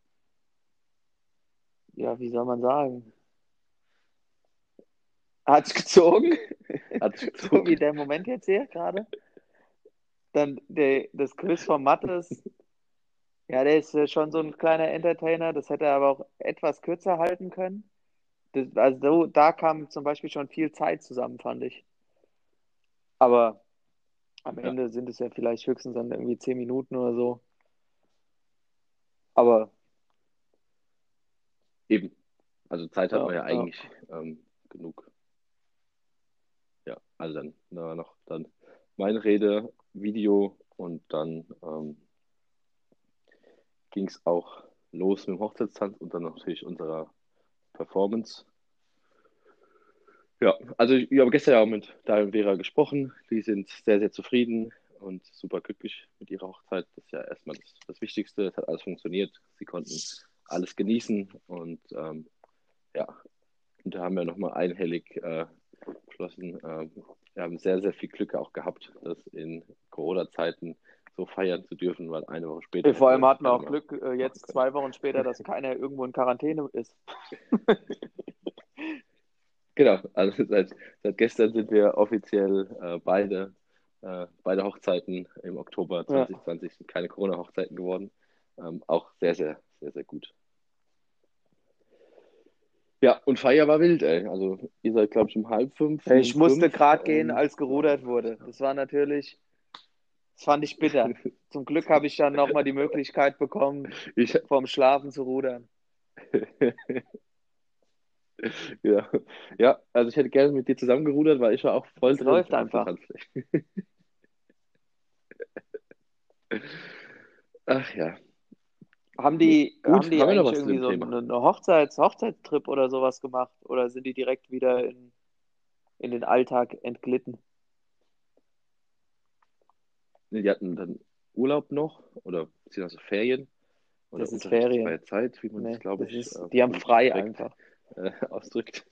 ja, wie soll man sagen, hat gezogen, hat sich so wie gezogen. der Moment jetzt hier gerade. Dann der, das Quiz von Mattes, ja, der ist äh, schon so ein kleiner Entertainer, das hätte er aber auch etwas kürzer halten können. Das, also so, da kam zum Beispiel schon viel Zeit zusammen, fand ich. Aber am Ja, Ende sind es ja vielleicht höchstens dann irgendwie zehn Minuten oder so. Aber eben. Also Zeit hat ja, man ja ja. eigentlich ähm, genug. Ja, also dann da war noch dann meine Rede, Video und dann ähm, ging es auch los mit dem Hochzeitstanz und dann natürlich unserer Performance. Ja, also ich, ich habe gestern ja auch mit Daniel und Vera gesprochen. Die sind sehr, sehr zufrieden und super glücklich mit ihrer Hochzeit. Das ist ja erstmal das, das Wichtigste. Es hat alles funktioniert. Sie konnten alles genießen und ähm, ja, und da haben wir nochmal einhellig äh, beschlossen. Ähm, wir haben sehr, sehr viel Glück auch gehabt, das in Corona-Zeiten so feiern zu dürfen, weil eine Woche später Vor allem hätte hatten wir keiner auch mehr Glück, äh, machen jetzt können. zwei Wochen später, dass keiner irgendwo in Quarantäne ist. Genau, also seit, seit gestern sind wir offiziell äh, beide, äh, beide Hochzeiten im Oktober Ja. zwanzig zwanzig sind keine Corona-Hochzeiten geworden. Ähm, auch sehr, sehr, sehr, sehr gut. Ja, und Feier war wild, ey. Also ihr seid, glaube ich, um halb fünf, wir Ich um musste fünf. gerade gehen, Ähm, als gerudert wurde. Das war natürlich, das fand ich bitter. Zum Glück habe ich dann nochmal die Möglichkeit bekommen, ich, vorm Schlafen zu rudern. ja. Ja, also ich hätte gerne mit dir zusammengerudert, weil ich war auch voll Es drin läuft auf der einfach. Tanzfläche. Ach ja. Haben Nee. die, haben Gut, die haben wir noch eigentlich was zu irgendwie dem so Thema? eine, eine Hochzeits, Hochzeitstrip oder sowas gemacht? Oder sind die direkt wieder in, in den Alltag entglitten? Nee, die hatten dann Urlaub noch oder beziehungsweise Ferien oder Das ist Ferien. unterrichtsfreie Zeit, wie man das, Nee, glaube das ich, ist, äh, die haben politisch frei korrekt einfach. äh, ausdrückt.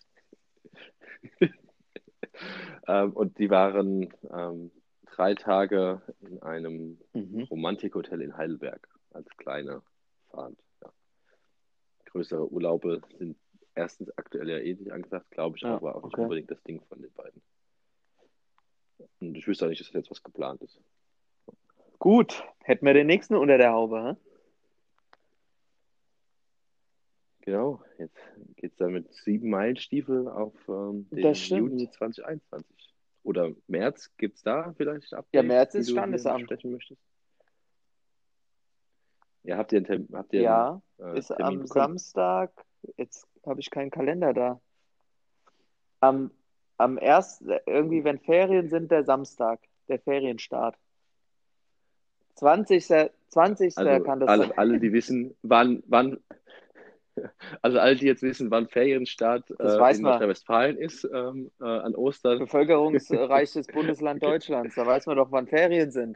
Ähm, und die waren ähm, drei Tage in einem Mhm. Romantikhotel in Heidelberg als kleine Fahrt. Ja. Größere Urlaube sind erstens aktuell ja eh nicht angesagt, glaube ich, Ja, auch war auch nicht okay. unbedingt das Ding von den beiden. Und ich wüsste auch nicht, dass jetzt was geplant ist. Gut, hätten wir den nächsten unter der Haube, hä? Genau, jetzt geht es dann mit sieben Meilenstiefel auf ähm, Das den stimmt. Juni zwanzig einundzwanzig. Oder März, gibt es da vielleicht Ja, Updates, März die ist du hier Standesamt. besprechen möchtest? Ja, habt ihr einen, Termin, habt ihr einen Ja, äh, ist Termin am bekommen? Samstag, jetzt habe ich keinen Kalender da. Am, am ersten, irgendwie, wenn Ferien sind, der Samstag, der Ferienstart. zwanzigsten. zwanzigsten Also kann das sein. alle, alle, die wissen, wann, wann, also alle, die jetzt wissen, wann Ferienstart Das äh, weiß in man. Nordrhein-Westfalen ist, ähm, äh, an Ostern. Bevölkerungsreichstes Bundesland Okay. Deutschlands. Da weiß man doch, wann Ferien sind.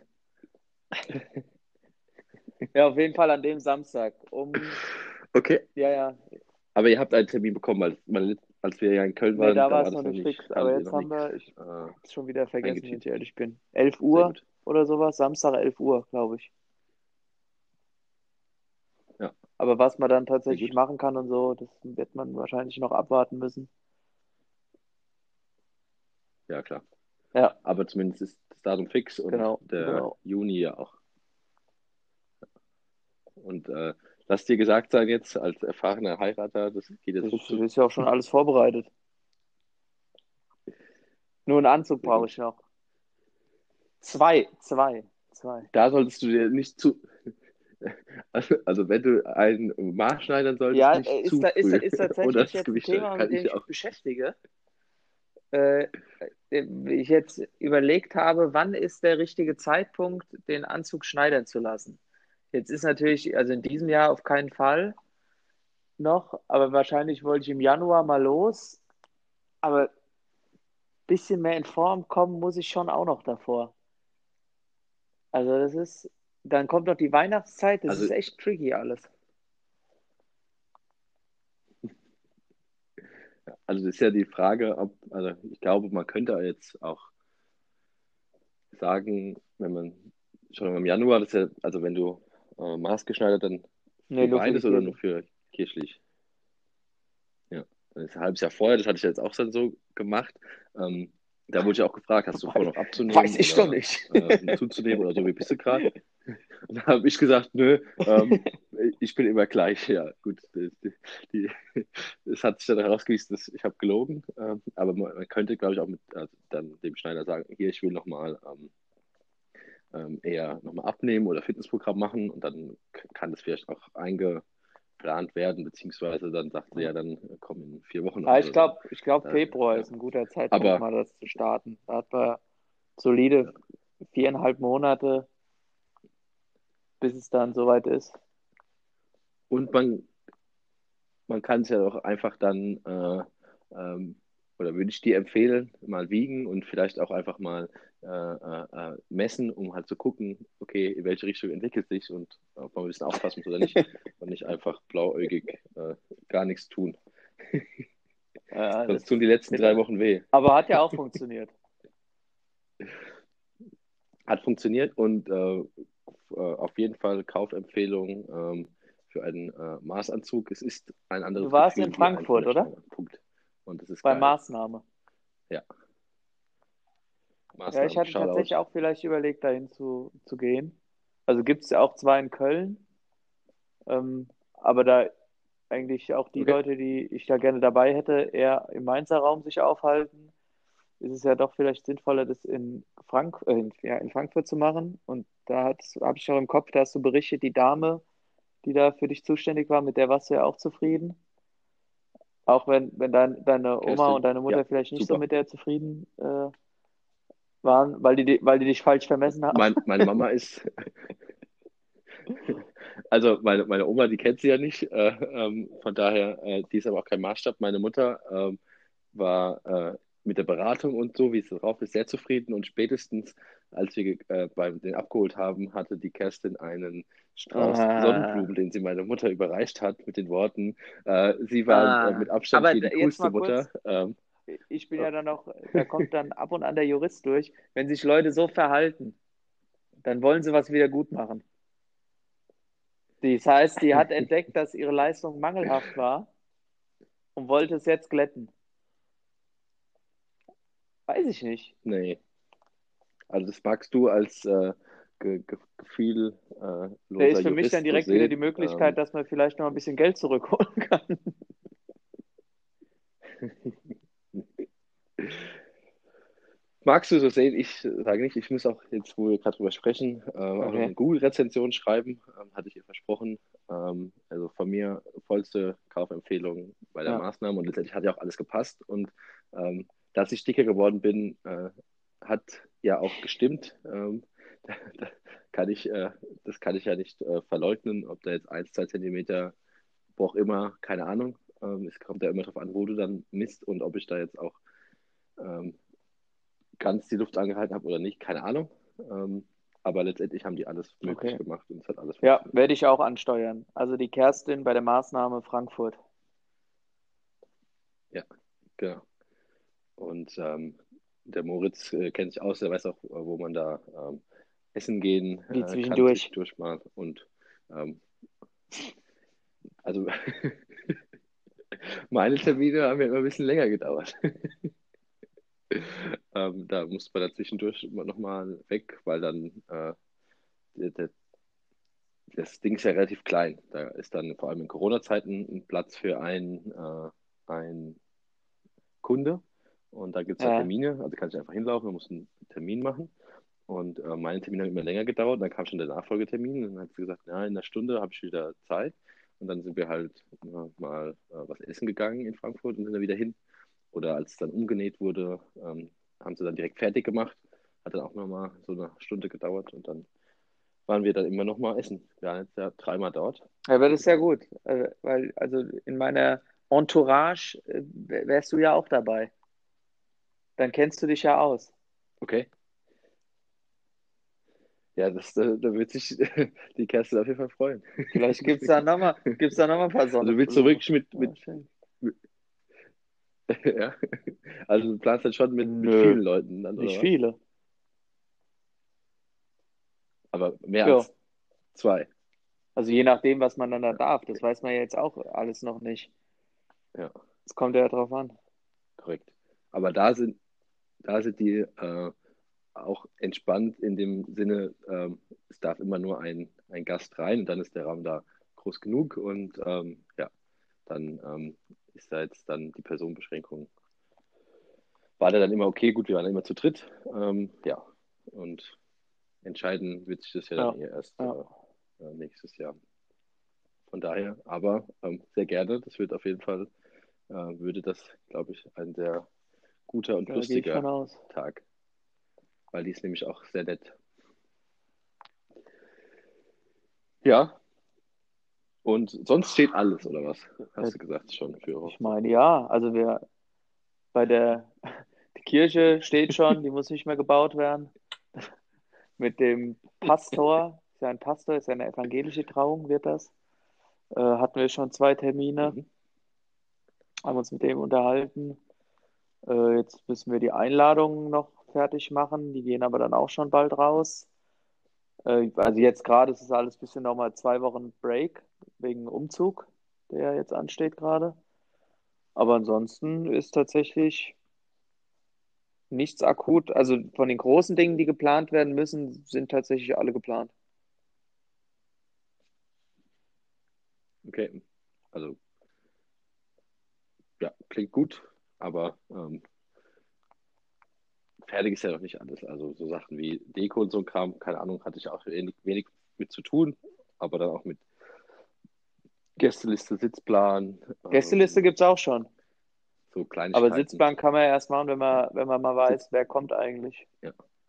Ja, auf jeden Fall an dem Samstag. Um, Okay, ja, ja. aber ihr habt einen Termin bekommen, weil, weil als wir ja in Köln Nee, waren, da da war war es noch das noch nicht nicht, fix. Aber hattet ihr jetzt noch haben nichts wir, ich äh, hab's schon wieder vergessen, wenn ich eingetütet. ehrlich bin. elf Sehr Uhr gut. oder sowas. Samstag elf Uhr, glaube ich. Ja, Aber was man dann sehr tatsächlich gut. machen kann und so, das wird man wahrscheinlich noch abwarten müssen. Ja, klar. Ja, Aber zumindest ist das Datum fix und genau, der genau. Juni ja auch. Und äh, lass dir gesagt sein jetzt, als erfahrener Heirater, das geht jetzt Das ruckzuck. ist ja auch schon alles vorbereitet. Nur einen Anzug Sehr brauche gut. ich noch. Zwei, zwei, zwei. Da solltest du dir nicht zu, also, also wenn du einen Maß schneidern solltest, Ja, nicht äh, ist, zu da, ist, früh ist oder tatsächlich das jetzt ein Gewicht erhöhen. Thema, mit Kann dem ich ich auch. mich beschäftige. Äh, äh, ich jetzt überlegt habe, wann ist der richtige Zeitpunkt, den Anzug schneidern zu lassen. Jetzt ist natürlich, also in diesem Jahr auf keinen Fall noch, aber wahrscheinlich wollte ich im Januar mal los. Aber ein bisschen mehr in Form kommen muss ich schon auch noch davor. Also das ist, dann kommt noch die Weihnachtszeit, das ist Also, echt tricky alles. also das ist ja die Frage, ob, also ich glaube, man könnte jetzt auch sagen, wenn man schon im Januar, das ist ja, also wenn du äh, maßgeschneidert dann Nee, für nur für die beides oder nur Kirche. für kirchlich? Ja, dann ist ein halbes Jahr vorher, das hatte ich jetzt auch dann so gemacht. Ähm, da wurde ich auch gefragt, hast du vor, Weiß, noch abzunehmen weiß ich doch oder nicht. äh, zuzunehmen oder so, wie bist du gerade? Und da habe ich gesagt, nö, ähm, ich bin immer gleich. Ja, gut, die, die, es hat sich dann herausgewiesen, dass ich habe gelogen, ähm, aber man, man könnte, glaube ich, auch mit also dann dem Schneider sagen, hier, ich will nochmal ähm, ähm, eher nochmal abnehmen oder Fitnessprogramm machen und dann k- kann das vielleicht auch eingeplant werden, beziehungsweise dann sagt sie ja, dann äh, komm in vier Wochen noch Aber ich oder so. glaube, ich glaube, Da, Februar ja. ist ein guter Zeitpunkt, Aber mal das zu starten. Da hat man solide viereinhalb Monate, bis es dann soweit ist. und man, man kann es ja auch einfach dann, äh, ähm, oder würde ich dir empfehlen, mal wiegen und vielleicht auch einfach mal äh, äh, äh, messen, um halt zu gucken, okay, in welche Richtung entwickelt sich und ob man ein bisschen aufpassen muss oder nicht und nicht einfach blauäugig äh, gar nichts tun. Ja, das Sonst tun die ist letzten drei bitter. Wochen weh. Aber hat ja auch funktioniert. Hat funktioniert und äh, äh, auf jeden Fall Kaufempfehlung ähm, für einen äh, Maßanzug. Es ist ein Du anderes warst in Gefühl wie ein von Frankfurt, der oder? Stange. Punkt. Und das ist Bei geil. Maßnahme. Ja, Ja, ich Maßnahmen. hatte tatsächlich Shoutout. auch vielleicht überlegt, dahin zu, zu gehen. Also gibt es ja auch zwei in Köln. Ähm, aber da eigentlich auch die Okay. Leute, die ich da gerne dabei hätte, eher im Mainzer Raum sich aufhalten, ist es ja doch vielleicht sinnvoller, das in Frank äh, in, ja, in Frankfurt zu machen. Und da habe ich auch im Kopf, da hast du berichtet, die Dame, die da für dich zuständig war, mit der warst du ja auch zufrieden. Auch wenn, wenn dein, deine Oma und Kerstin, deine ja, Mutter vielleicht nicht so super. mit der zufrieden äh, waren, weil die, weil die dich falsch vermessen haben. Mein, meine Mama ist, also meine, meine Oma, die kennt sie ja nicht, äh, ähm, von daher, äh, die ist aber auch kein Maßstab. Meine Mutter ähm, war äh, mit der Beratung und so, wie es drauf ist, sehr zufrieden und spätestens, als wir äh, beim, den abgeholt haben, hatte die Kerstin einen Strauß Ah, Sonnenblumen, den sie meiner Mutter überreicht hat, mit den Worten, äh, sie war äh, ah. mit Abstand Aber hier die d- jetzt coolste mal Mutter. kurz, Ähm, ich bin äh, ja dann noch, da kommt dann ab und an der Jurist durch. Wenn sich Leute so verhalten, dann wollen sie was wieder gut machen. Das heißt, die hat entdeckt, dass ihre Leistung mangelhaft war und wollte es jetzt glätten. Weiß ich nicht. nee, also das magst du als äh, ge ge Da gefühlloser ist für mich dann Jurist so direkt wieder die sehen. Möglichkeit, Ähm, dass man vielleicht noch ein bisschen Geld zurückholen kann. Magst du so sehen? Ich sage nicht, ich muss auch jetzt, wo wir gerade drüber sprechen, ähm, auch noch Okay. eine Google-Rezension schreiben, ähm, hatte ich ihr versprochen. Ähm, also von mir vollste Kaufempfehlung bei der Ja. Maßnahme und letztendlich hat ja auch alles gepasst. Und ähm, dass ich dicker geworden bin, äh, hat ja auch gestimmt. Ähm, da, da kann ich, äh, das kann ich ja nicht äh, verleugnen, ob da jetzt eins, zwei Zentimeter, wo auch immer, keine Ahnung. Ähm, es kommt ja immer darauf an, wo du dann misst und ob ich da jetzt auch ähm, ganz die Luft angehalten habe oder nicht, keine Ahnung. Ähm, aber letztendlich haben die alles möglich Okay. gemacht und es hat alles Ja, funktioniert. werde ich auch ansteuern. Also die Kerstin bei der Maßnahme Frankfurt. Ja, genau. Und ähm, der Moritz äh, kennt sich aus, der weiß auch, äh, wo man da ähm, essen gehen Wie äh, kann zwischendurch. zwischendurch mal. Und ähm, also meine Termine haben ja immer ein bisschen länger gedauert. ähm, da musste man da zwischendurch nochmal weg, weil dann äh, der, der, das Ding ist ja relativ klein. Da ist dann vor allem in Corona-Zeiten ein Platz für ein, äh, ein Kunde. Und da gibt es halt Ja, Termine, also kannst du einfach hinlaufen, man muss einen Termin machen. Und äh, meine Termine haben immer länger gedauert. Dann kam schon der Nachfolgetermin und dann hat sie gesagt, ja, in einer Stunde habe ich wieder Zeit. Und dann sind wir halt äh, mal äh, was essen gegangen in Frankfurt und sind dann wieder hin. Oder als es dann umgenäht wurde, ähm, haben sie dann direkt fertig gemacht. Hat dann auch nochmal so eine Stunde gedauert und dann waren wir dann immer nochmal essen. Wir waren jetzt ja dreimal dort. aber Gut das ist ja gelaufen. gut. Äh, Weil, also in meiner Entourage äh, wärst du ja auch dabei. Dann kennst du dich ja aus. Okay. Ja, das, da, da wird sich die Kerstin auf jeden Fall freuen. Vielleicht gibt es da nochmal, gibt's da noch mal ein paar Also willst du Sonnenblumen. wirklich mit, Ja, mit, schön. mit ja, also du planst dann schon mit, mit Nö, vielen Leuten dann, oder nicht was? viele. Aber mehr Ja, als zwei. also je nachdem, was man dann da Ja, darf. Das okay. weiß man ja jetzt auch alles noch nicht. Ja, Es kommt ja drauf an. korrekt. Aber da sind, da sind die äh, auch entspannt in dem Sinne, ähm, es darf immer nur ein, ein Gast rein und dann ist der Raum da groß genug und ähm, ja, dann ähm, ist da jetzt dann die Personenbeschränkung. War da dann immer okay, gut, wir waren immer zu dritt. Ähm, ja, und entscheiden wird sich das ja dann Ja, eher erst ja. äh, äh, nächstes Jahr. Von daher, aber ähm, sehr gerne. Das wird auf jeden Fall, äh, würde das, glaube ich, ein sehr guter und Da gehe ich von lustiger aus. Tag, weil die ist nämlich auch sehr nett. Ja, und sonst steht alles, oder was? Äh, Hast du gesagt schon für Ich Hochzeit? meine, ja, also wir bei der die Kirche steht schon, die muss nicht mehr gebaut werden. Mit dem Pastor, ist ja ein Pastor, ist ja eine evangelische Trauung, wird das. Äh, hatten wir schon zwei Termine, Mhm. haben uns mit dem unterhalten. Äh, jetzt müssen wir die Einladungen noch fertig machen, die gehen aber dann auch schon bald raus. Äh, also jetzt gerade ist es alles ein bisschen nochmal zwei Wochen Break wegen Umzug, der jetzt ansteht gerade. Aber ansonsten ist tatsächlich nichts akut. Also von den großen Dingen, die geplant werden müssen, sind tatsächlich alle geplant. Okay, also ja, klingt gut, aber ähm, fertig ist ja noch nicht alles. Also so Sachen wie Deko und so ein Kram, keine Ahnung, hatte ich auch wenig, wenig mit zu tun, aber dann auch mit Gästeliste, Sitzplan, Gästeliste ähm, gibt es auch schon. so Aber Kleinigkeiten. Sitzplan kann man ja erst machen, wenn Ja, man, wenn man mal Sitz, weiß, wer kommt eigentlich. ja,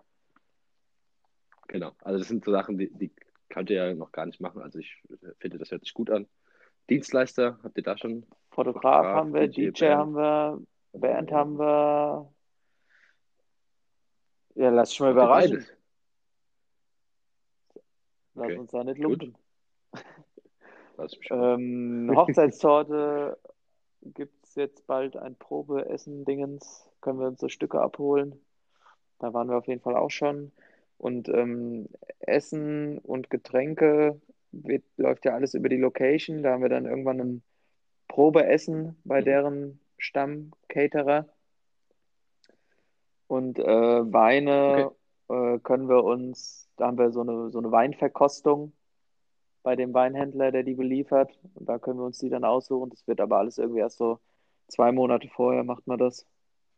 genau. Also das sind so Sachen, die, die könnt ihr ja noch gar nicht machen. Also ich finde, das hört sich gut an. Dienstleister, habt ihr da schon Fotograf Fotograf, haben wir, D J, D J Band? haben wir, Band haben Ähm, wir. Ja, lass dich mal macht ihr überraschen. beides? Lass Okay, uns da nicht gut. lumpen. Lass mich mal. Ähm, Hochzeitstorte gibt es jetzt bald ein Probeessen-Dingens. Können wir uns so Stücke abholen. Da waren wir auf jeden Fall auch schon. Und ähm, Essen und Getränke wird, läuft ja alles über die Location. Da haben wir dann irgendwann ein Probeessen bei Mhm. deren Stamm-Caterer. Und äh, Okay. Weine äh, können wir uns, da haben wir so eine, so eine Weinverkostung bei dem Weinhändler, der die beliefert. Und da können wir uns die dann aussuchen. Das wird aber alles irgendwie erst so zwei Monate vorher macht man das.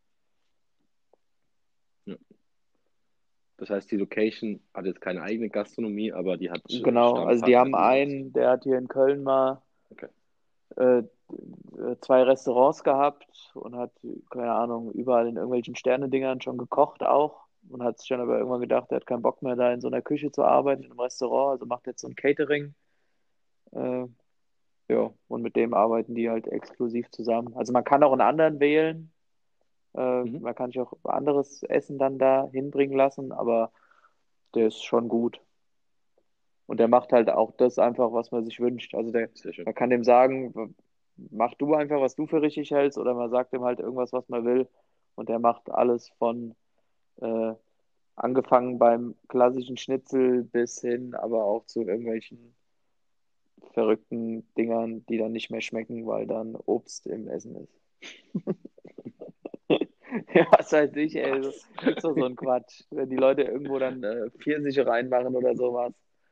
Ja. Das heißt, die Location hat jetzt keine eigene Gastronomie, aber die hat äh, Genau, also die Stammpartner, haben die das. einen, der hat hier in Köln mal Okay. äh, zwei Restaurants gehabt und hat, keine Ahnung, überall in irgendwelchen Sternedingern schon gekocht auch und hat sich dann aber irgendwann gedacht, er hat keinen Bock mehr da in so einer Küche zu arbeiten, in einem Restaurant, also macht jetzt so ein Catering. Äh, ja, und mit dem arbeiten die halt exklusiv zusammen. Also man kann auch einen anderen wählen, äh, Mhm. man kann sich auch anderes Essen dann da hinbringen lassen, aber der ist schon gut. Und der macht halt auch das einfach, was man sich wünscht. Also der, Sehr schön. man kann dem sagen, mach du einfach, was du für richtig hältst, oder man sagt ihm halt irgendwas, was man will. Und der macht alles von äh, angefangen beim klassischen Schnitzel bis hin, aber auch zu irgendwelchen verrückten Dingern, die dann nicht mehr schmecken, weil dann Obst im Essen ist. Ja, was weiß ich, ey. So, Was? gibt's doch so einen Quatsch. Wenn die Leute irgendwo dann äh, Pfirsiche reinmachen oder sowas.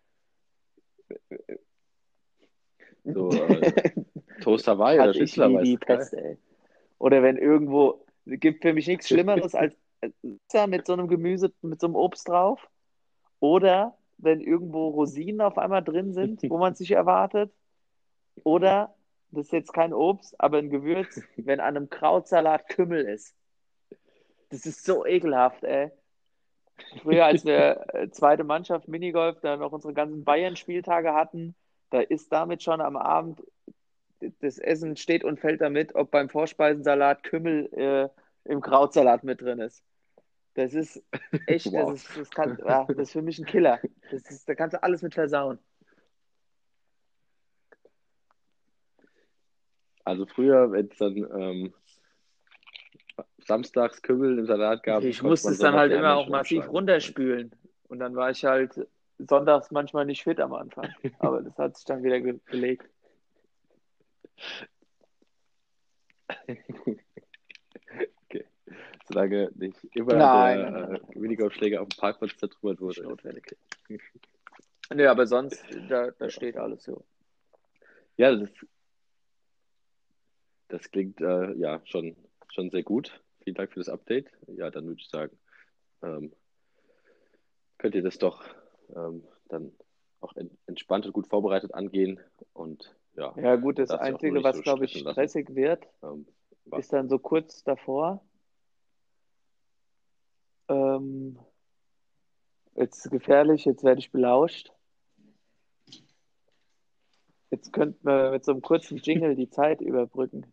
So, äh, Toast Hawaii oder Hasse ich Schnitzel wie Hawaii, ist die doch geil. Pest, ey. Oder wenn irgendwo, es gibt für mich nichts Schlimmeres als Pizza mit so einem Gemüse, mit so einem Obst drauf. Oder wenn irgendwo Rosinen auf einmal drin sind, wo man es nicht erwartet. Oder, das ist jetzt kein Obst, aber ein Gewürz, wenn an einem Krautsalat Kümmel ist. Das ist so ekelhaft, ey. Früher, als wir äh, zweite Mannschaft Minigolf, da noch unsere ganzen Bayern-Spieltage hatten, da ist damit schon am Abend das Essen steht und fällt damit, ob beim Vorspeisensalat Kümmel äh, im Krautsalat mit drin ist. Das ist echt, das Wow. ist, das kann, ah, das ist für mich ein Killer. Das ist, da kannst du alles mit versauen. Also früher, wenn es dann ähm, samstags Kümmel im Salat gab, Ich konnte musste man es dann sonntags halt die immer anderen auch schon massiv abschreiben. runterspülen. Und dann war ich halt sonntags manchmal nicht fit am Anfang. Aber das hat sich dann wieder ge gelegt. Okay. Solange nicht immer Nein, nein, nein, der nein, äh, nein. Das Minigolfschläger auf dem Parkplatz zertrümmert ist nicht wurde, ist es notwendig. okay. Nee, aber sonst, da, da Ja, steht alles so. ja das, das klingt äh, ja schon, schon sehr gut. Vielen Dank für das Update. Ja, dann würde ich sagen, ähm, könnt ihr das doch ähm, dann auch en entspannt und gut vorbereitet angehen und ja, Ja, gut, man das darf sich auch nur Einzige, nicht was, so glaube ich, stressen lassen. stressig wird, Ähm, ist warten. dann so kurz davor. Ähm, Jetzt ist gefährlich, jetzt werde ich belauscht. Jetzt könnten wir mit so einem kurzen Jingle die Zeit überbrücken.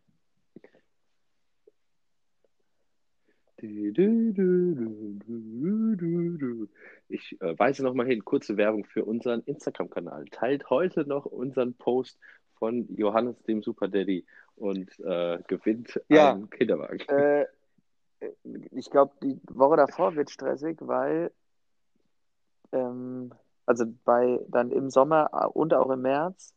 Ich äh, weise nochmal hin, kurze Werbung für unseren Instagram-Kanal. Teilt heute noch unseren Post von Johannes, dem Super Daddy, und äh, gewinnt Ja, einen Kinderwagen. äh, ich glaube, die Woche davor wird stressig, weil, ähm, also bei dann im Sommer und auch im März,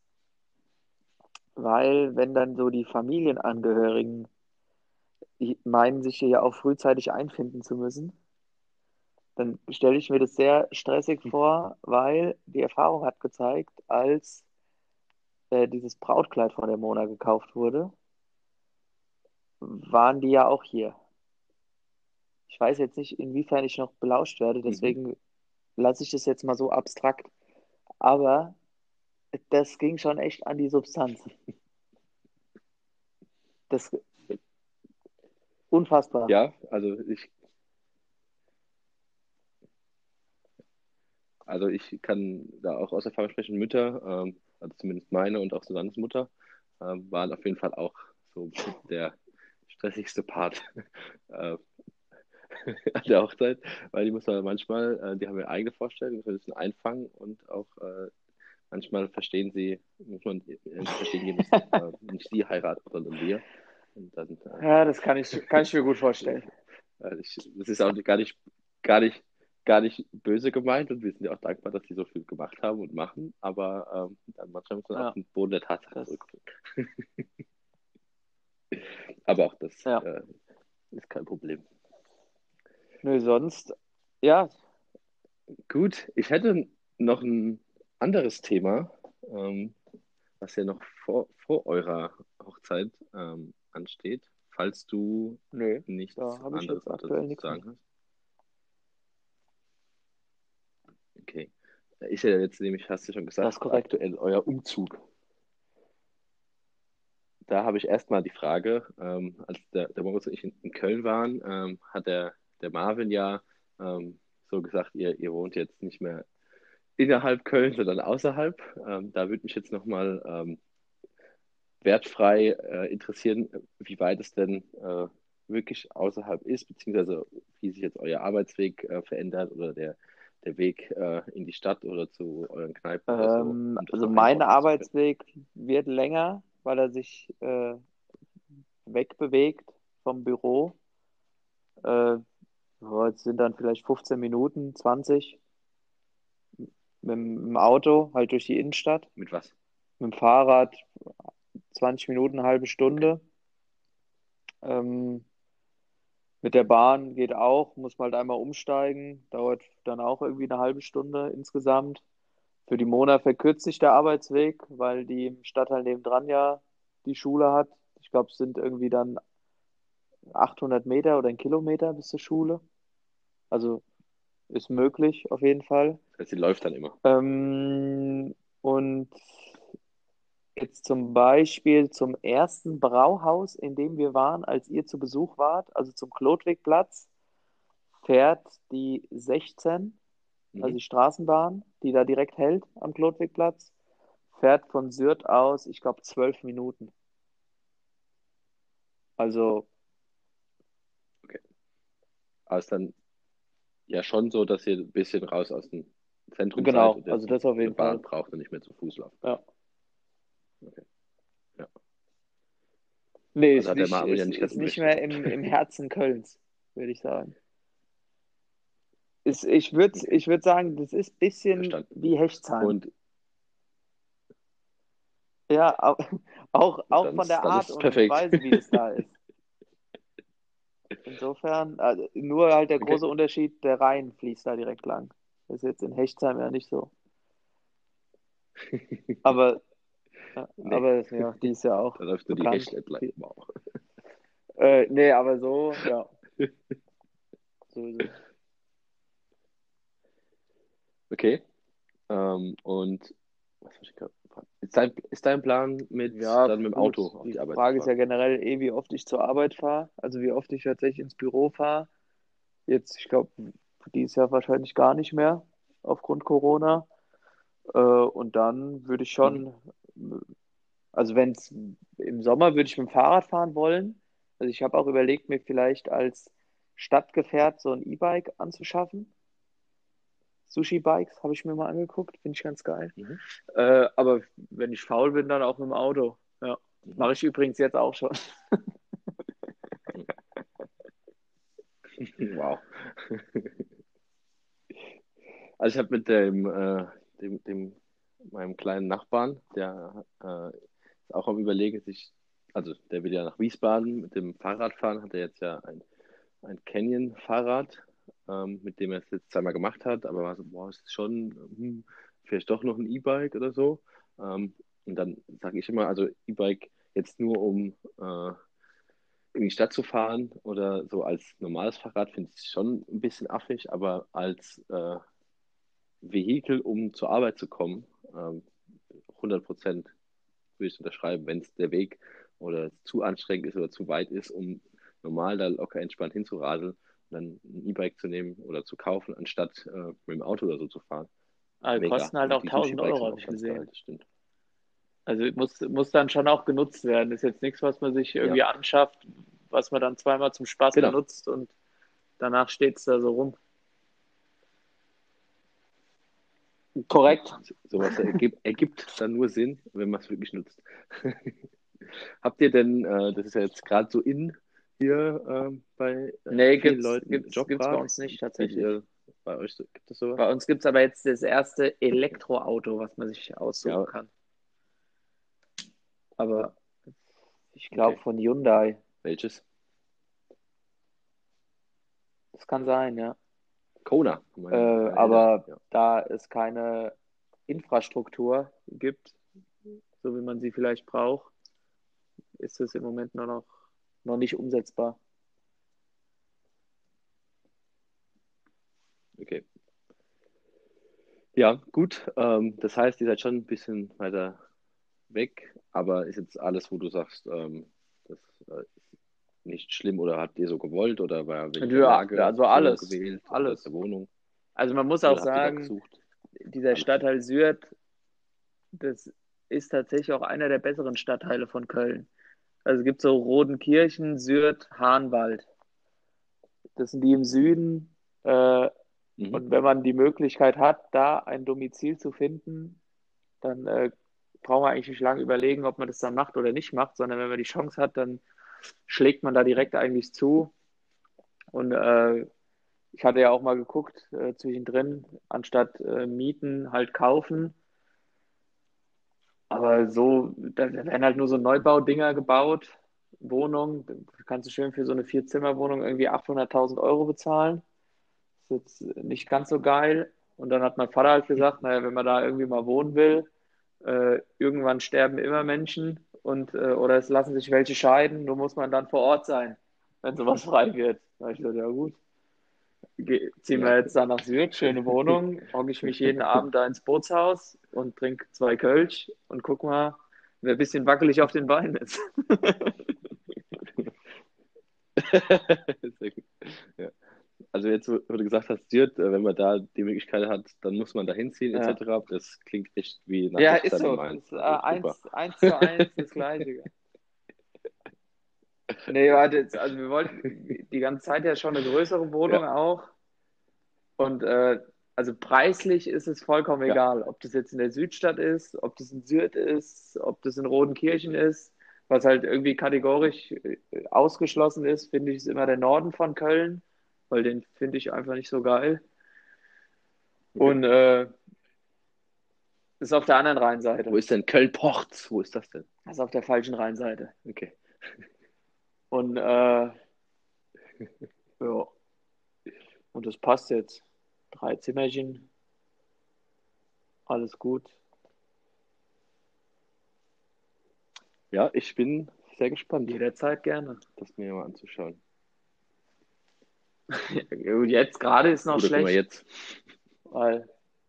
weil wenn dann so die Familienangehörigen die meinen, sich hier ja auch frühzeitig einfinden zu müssen, dann stelle ich mir das sehr stressig vor, weil die Erfahrung hat gezeigt, als äh, dieses Brautkleid von der Mona gekauft wurde, waren die ja auch hier. Ich weiß jetzt nicht, inwiefern ich noch belauscht werde, Mhm. deswegen lasse ich das jetzt mal so abstrakt. Aber das ging schon echt an die Substanz. Das unfassbar. Ja, also ich, also ich kann da auch aus Erfahrung sprechen, Mütter, ähm, also zumindest meine und auch Susannes Mutter, ähm, waren auf jeden Fall auch so mit der stressigste Part äh, an der Hochzeit, weil die muss man manchmal, äh, die haben ja eigene Vorstellungen, müssen wir ein bisschen einfangen und auch äh, manchmal verstehen sie, muss man äh, verstehen gehen, dass äh, nicht sie heiraten, sondern wir. Und dann, Ja, das kann ich, kann ich mir gut äh, vorstellen. äh, ich, das ist auch gar nicht, gar nicht, gar nicht böse gemeint und wir sind ja auch dankbar, dass sie so viel gemacht haben und machen, aber ähm, dann manchmal muss man auf Ja, den Boden der Tatsache das, zurückkommen. Aber auch das ja. äh, ist kein Problem. Nö, sonst, ja, Gut, ich hätte noch ein anderes Thema, ähm, was ja noch vor, vor eurer Hochzeit ähm, ansteht, falls du nö, da nichts habe ich anderes jetzt noch dazu aktuell zu nichts mehr. sagen hast. Okay. Ist ja jetzt nämlich, hast du schon Das ist gesagt, korrekt. aktuell euer Umzug. Da habe ich erstmal die Frage, ähm, als der, der Moritz und ich in, in Köln waren, ähm, hat der, der Marvin ja ähm, so gesagt, ihr, ihr wohnt jetzt nicht mehr innerhalb Köln, sondern außerhalb. Ähm, da würde mich jetzt nochmal ähm, wertfrei äh, interessieren, wie weit es denn äh, wirklich außerhalb ist, beziehungsweise wie sich jetzt euer Arbeitsweg äh, verändert oder der, der Weg äh, in die Stadt oder zu euren Kneipen oder so, Ähm, um das also so mein einordnen zu können. Arbeitsweg wird länger, weil er sich äh, wegbewegt vom Büro. Äh, ja, jetzt sind dann vielleicht fünfzehn Minuten, zwanzig mit dem Auto, halt durch die Innenstadt. Mit was? Mit dem Fahrrad zwanzig Minuten, eine halbe Okay. Stunde. Ähm, mit der Bahn geht auch, muss man halt einmal umsteigen, dauert dann auch irgendwie eine halbe Stunde insgesamt. Für die Mona verkürzt sich der Arbeitsweg, weil die im Stadtteil nebendran ja die Schule hat. Ich glaube, es sind irgendwie dann achthundert Meter oder ein Kilometer bis zur Schule. Also ist möglich auf jeden Fall. Das heißt, sie läuft dann immer. Ähm, und jetzt zum Beispiel zum ersten Brauhaus, in dem wir waren, als ihr zu Besuch wart, also zum Klotwigplatz, fährt die sechzehn, also Mhm. die Straßenbahn, die da direkt hält am Klotwigplatz, fährt von Sürth aus, ich glaube, zwölf Minuten. Also Okay. Aber es ist dann ja schon so, dass ihr ein bisschen raus aus dem Zentrum seid genau, und also jetzt das auf eine jeden Bahn Fall. braucht und nicht mehr zu Fuß laufen könnt. Ja. Okay. Ja. Nee, Also ist hat der nicht, Marvin ja ist, nicht ganz ist nicht Unrecht mehr gehabt. im, im Herzen Kölns, würde ich sagen. Ist, ich würde Okay, ich würd sagen, das ist ein bisschen verstanden. wie Hechtsheim. Und Ja, au- auch, auch dann von ist, der dann ist Art es und perfekt. Weise, wie das da ist. Insofern, also nur halt der Okay. große Unterschied, der Rhein fließt da direkt lang. Das ist jetzt in Hechtsheim ja nicht so. Aber, ja, Nee, aber ja, die ist ja auch da läuft nur die bekannt. Hecht entlang. Die, Wow. äh, nee, aber so, ja, so ist es. Okay. Ähm, und was soll ich grad fragen? Ist dein, ist dein Plan mit Ja, dann mit dem gut. Auto auf Die die Arbeit zu Frage ist ja fahren? generell eh, wie oft ich zur Arbeit fahre. Also wie oft ich tatsächlich ins Büro fahre. Jetzt, ich glaube, dieses Jahr wahrscheinlich gar nicht mehr aufgrund Corona. Äh, und dann würde ich Mhm. schon, also wenn es im Sommer würde ich mit dem Fahrrad fahren wollen. Also ich habe auch überlegt, mir vielleicht als Stadtgefährt so ein E-Bike anzuschaffen. Sushi-Bikes habe ich mir mal angeguckt, finde ich ganz geil. Mhm. Äh, aber wenn ich faul bin, dann auch mit dem Auto. Ja. Mhm. Mache ich übrigens jetzt auch schon. Wow. Also ich habe mit dem, äh, dem, dem, meinem kleinen Nachbarn, der äh, ist auch am Überlegen, sich, also der will ja nach Wiesbaden mit dem Fahrrad fahren, hat er jetzt ja ein, ein Canyon-Fahrrad, ähm, mit dem er es jetzt zweimal gemacht hat, aber war so, boah, ist schon, hm, vielleicht doch noch ein E-Bike oder so. Ähm, Und dann sage ich immer, also E-Bike jetzt nur um äh, in die Stadt zu fahren oder so als normales Fahrrad finde ich schon ein bisschen affig, aber als äh, Vehikel, um zur Arbeit zu kommen, ähm, hundert Prozent würde ich unterschreiben, wenn es der Weg oder zu anstrengend ist oder zu weit ist, um normal da locker entspannt hinzuradeln, dann ein E-Bike zu nehmen oder zu kaufen, anstatt äh, mit dem Auto oder so zu fahren. Aber die Mega. kosten halt Und auch die tausend Sushi-Bikes Euro, sind habe auch ich ganz geil, gesehen. das stimmt. Also muss, muss dann schon auch genutzt werden. Ist jetzt nichts, was man sich Ja, irgendwie anschafft, was man dann zweimal zum Spaß genau. benutzt und danach steht es da so rum. Korrekt. Sowas ergibt, ergibt dann nur Sinn, wenn man es wirklich nutzt. Habt ihr denn, äh, das ist ja jetzt gerade so in hier ähm, bei äh, Nee, vielen gibt's, Leuten, gibt's, gibt's bei Jobrad? uns nicht Geht tatsächlich. ihr bei euch so, gibt es sowas? Bei uns gibt es aber jetzt das erste Elektroauto, was man sich aussuchen Ja, kann. Aber ich glaube okay. von Hyundai. Welches? Das kann sein, ja. Kona. Äh, Meine, meine Eltern. aber Ja. da es keine Infrastruktur gibt, so wie man sie vielleicht braucht, ist es im Moment nur noch, noch nicht umsetzbar. Okay. Ja, gut. Ähm, das heißt, ihr seid schon ein bisschen weiter weg, aber ist jetzt alles, wo du sagst, ähm, das äh, ist nicht schlimm oder habt ihr so gewollt oder war wegen der Ja, Lage also so alles, gewählt oder der alles. Wohnung Also man muss auch oder habt ihr da sagen, gesucht? dieser Alles. Stadtteil Sürth, das ist tatsächlich auch einer der besseren Stadtteile von Köln. Also es gibt so Rodenkirchen, Sürth, Hahnwald. Das sind die im Süden. Äh, Mhm. und wenn man die Möglichkeit hat, da ein Domizil zu finden, dann äh, braucht man eigentlich nicht lange überlegen, ob man das dann macht oder nicht macht, sondern wenn man die Chance hat, dann schlägt man da direkt eigentlich zu. Und äh, ich hatte ja auch mal geguckt, äh, zwischendrin, anstatt äh, mieten, halt kaufen. Aber so, da werden halt nur so Neubaudinger gebaut, Wohnungen. Da kannst du schön für so eine Vier-Zimmer-Wohnung irgendwie achthunderttausend Euro bezahlen. Ist jetzt nicht ganz so geil. Und dann hat mein Vater halt gesagt, naja, wenn man da irgendwie mal wohnen will, äh, irgendwann sterben immer Menschen und äh, oder es lassen sich welche scheiden, nur muss man dann vor Ort sein, wenn sowas frei wird. Da hab ich gesagt, ja gut, geh, ziehen wir Ja. jetzt da nach Sylt, schöne Wohnung, hocke ich mich jeden Abend da ins Bootshaus und trinke zwei Kölsch und guck mal, wer ein bisschen wackelig auf den Beinen ist. Sehr gut. Ja. Also jetzt, wo du gesagt hast, Sylt, äh, wenn man da die Möglichkeit hat, dann muss man da hinziehen, Ja, et cetera. Das klingt echt wie nach ja ist Echtzeiten so. gemeint. Ist äh, Also super. eins, eins zu eins das Gleiche. Nee, warte, jetzt, also wir wollten die ganze Zeit ja schon eine größere Ja, Wohnung auch. Und äh, also preislich ist es vollkommen ja. egal, ob das jetzt in der Südstadt ist, ob das in Sürth ist, ob das in Rodenkirchen ist. Was halt irgendwie kategorisch äh, ausgeschlossen ist, finde ich, ist immer der Norden von Köln, weil den finde ich einfach nicht so geil. Okay. Und äh, ist auf der anderen Wo Rheinseite. ist denn Köln-Porz? Wo ist das denn? Das ist auf der falschen Rheinseite. Okay. Und äh, ja, und das passt jetzt. Drei Zimmerchen, alles gut. Ja, ich bin sehr gespannt, Jederzeit gerne. das mir mal anzuschauen. Gut, jetzt gerade ist noch Oder können wir schlecht, jetzt? weil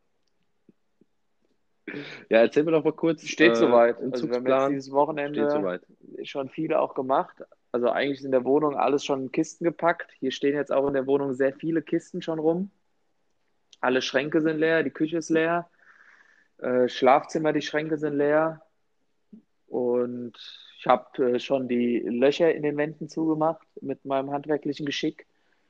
Ja, erzähl mir doch mal kurz, steht äh, soweit. Also wir haben jetzt Umzugsplan dieses steht Wochenende soweit. schon viele auch gemacht. Also eigentlich ist in der Wohnung alles schon in Kisten gepackt. Hier stehen jetzt auch in der Wohnung sehr viele Kisten schon rum. Alle Schränke sind leer, die Küche ist leer, äh, Schlafzimmer, die Schränke sind leer. Und ich habe äh, schon die Löcher in den Wänden zugemacht mit meinem handwerklichen Geschick.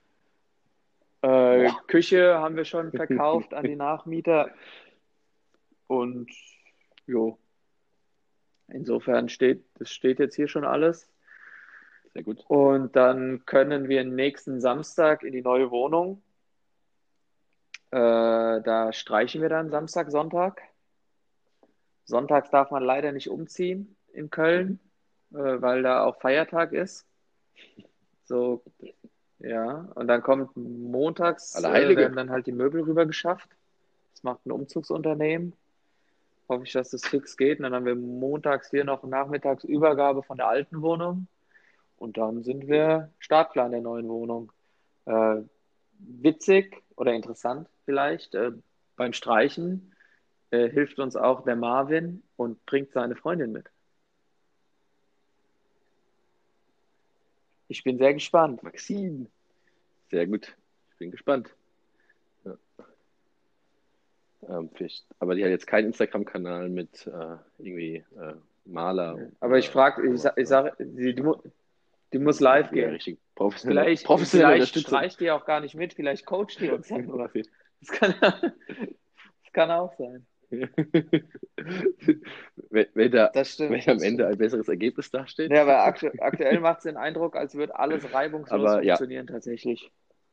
Äh, Boah. Küche haben wir schon verkauft an die Nachmieter. Und jo, insofern steht, das steht jetzt hier schon alles. Sehr gut. Und dann können wir nächsten Samstag in die neue Wohnung. Äh, da streichen wir dann Samstag, Sonntag. Sonntags darf man leider nicht umziehen in Mhm. Köln, äh, weil da auch Feiertag ist. So, ja. Und dann kommt montags, äh, Allerheilige. werden dann halt die Möbel rüber geschafft. Das macht ein Umzugsunternehmen. hoffe ich, dass das fix geht. Und dann haben wir montags hier noch Nachmittagsübergabe von der alten Wohnung. Und dann sind wir Startklar in der neuen Wohnung. Äh, witzig oder interessant vielleicht, äh, beim Streichen äh, hilft uns auch der Marvin und bringt seine Freundin mit. Ich bin sehr gespannt. Maxine. Sehr gut. Ich bin gespannt. Ja. Ähm, vielleicht, aber die hat jetzt keinen Instagram-Kanal mit äh, irgendwie äh, Maler. Aber ich frage, ich, sowas, ich ne? sage, die, die, mu- die muss live Ja, gehen. richtig professionell. Vielleicht, Professionelle vielleicht Unterstützung. streicht die auch gar nicht mit, vielleicht coacht die uns ja nur. Das kann, das kann auch sein. wenn, wenn, da, Das stimmt, wenn das am Ende stimmt. ein besseres Ergebnis dasteht. Ja, aber aktu aktuell macht es den Eindruck, als würde alles reibungslos Aber ja. funktionieren tatsächlich.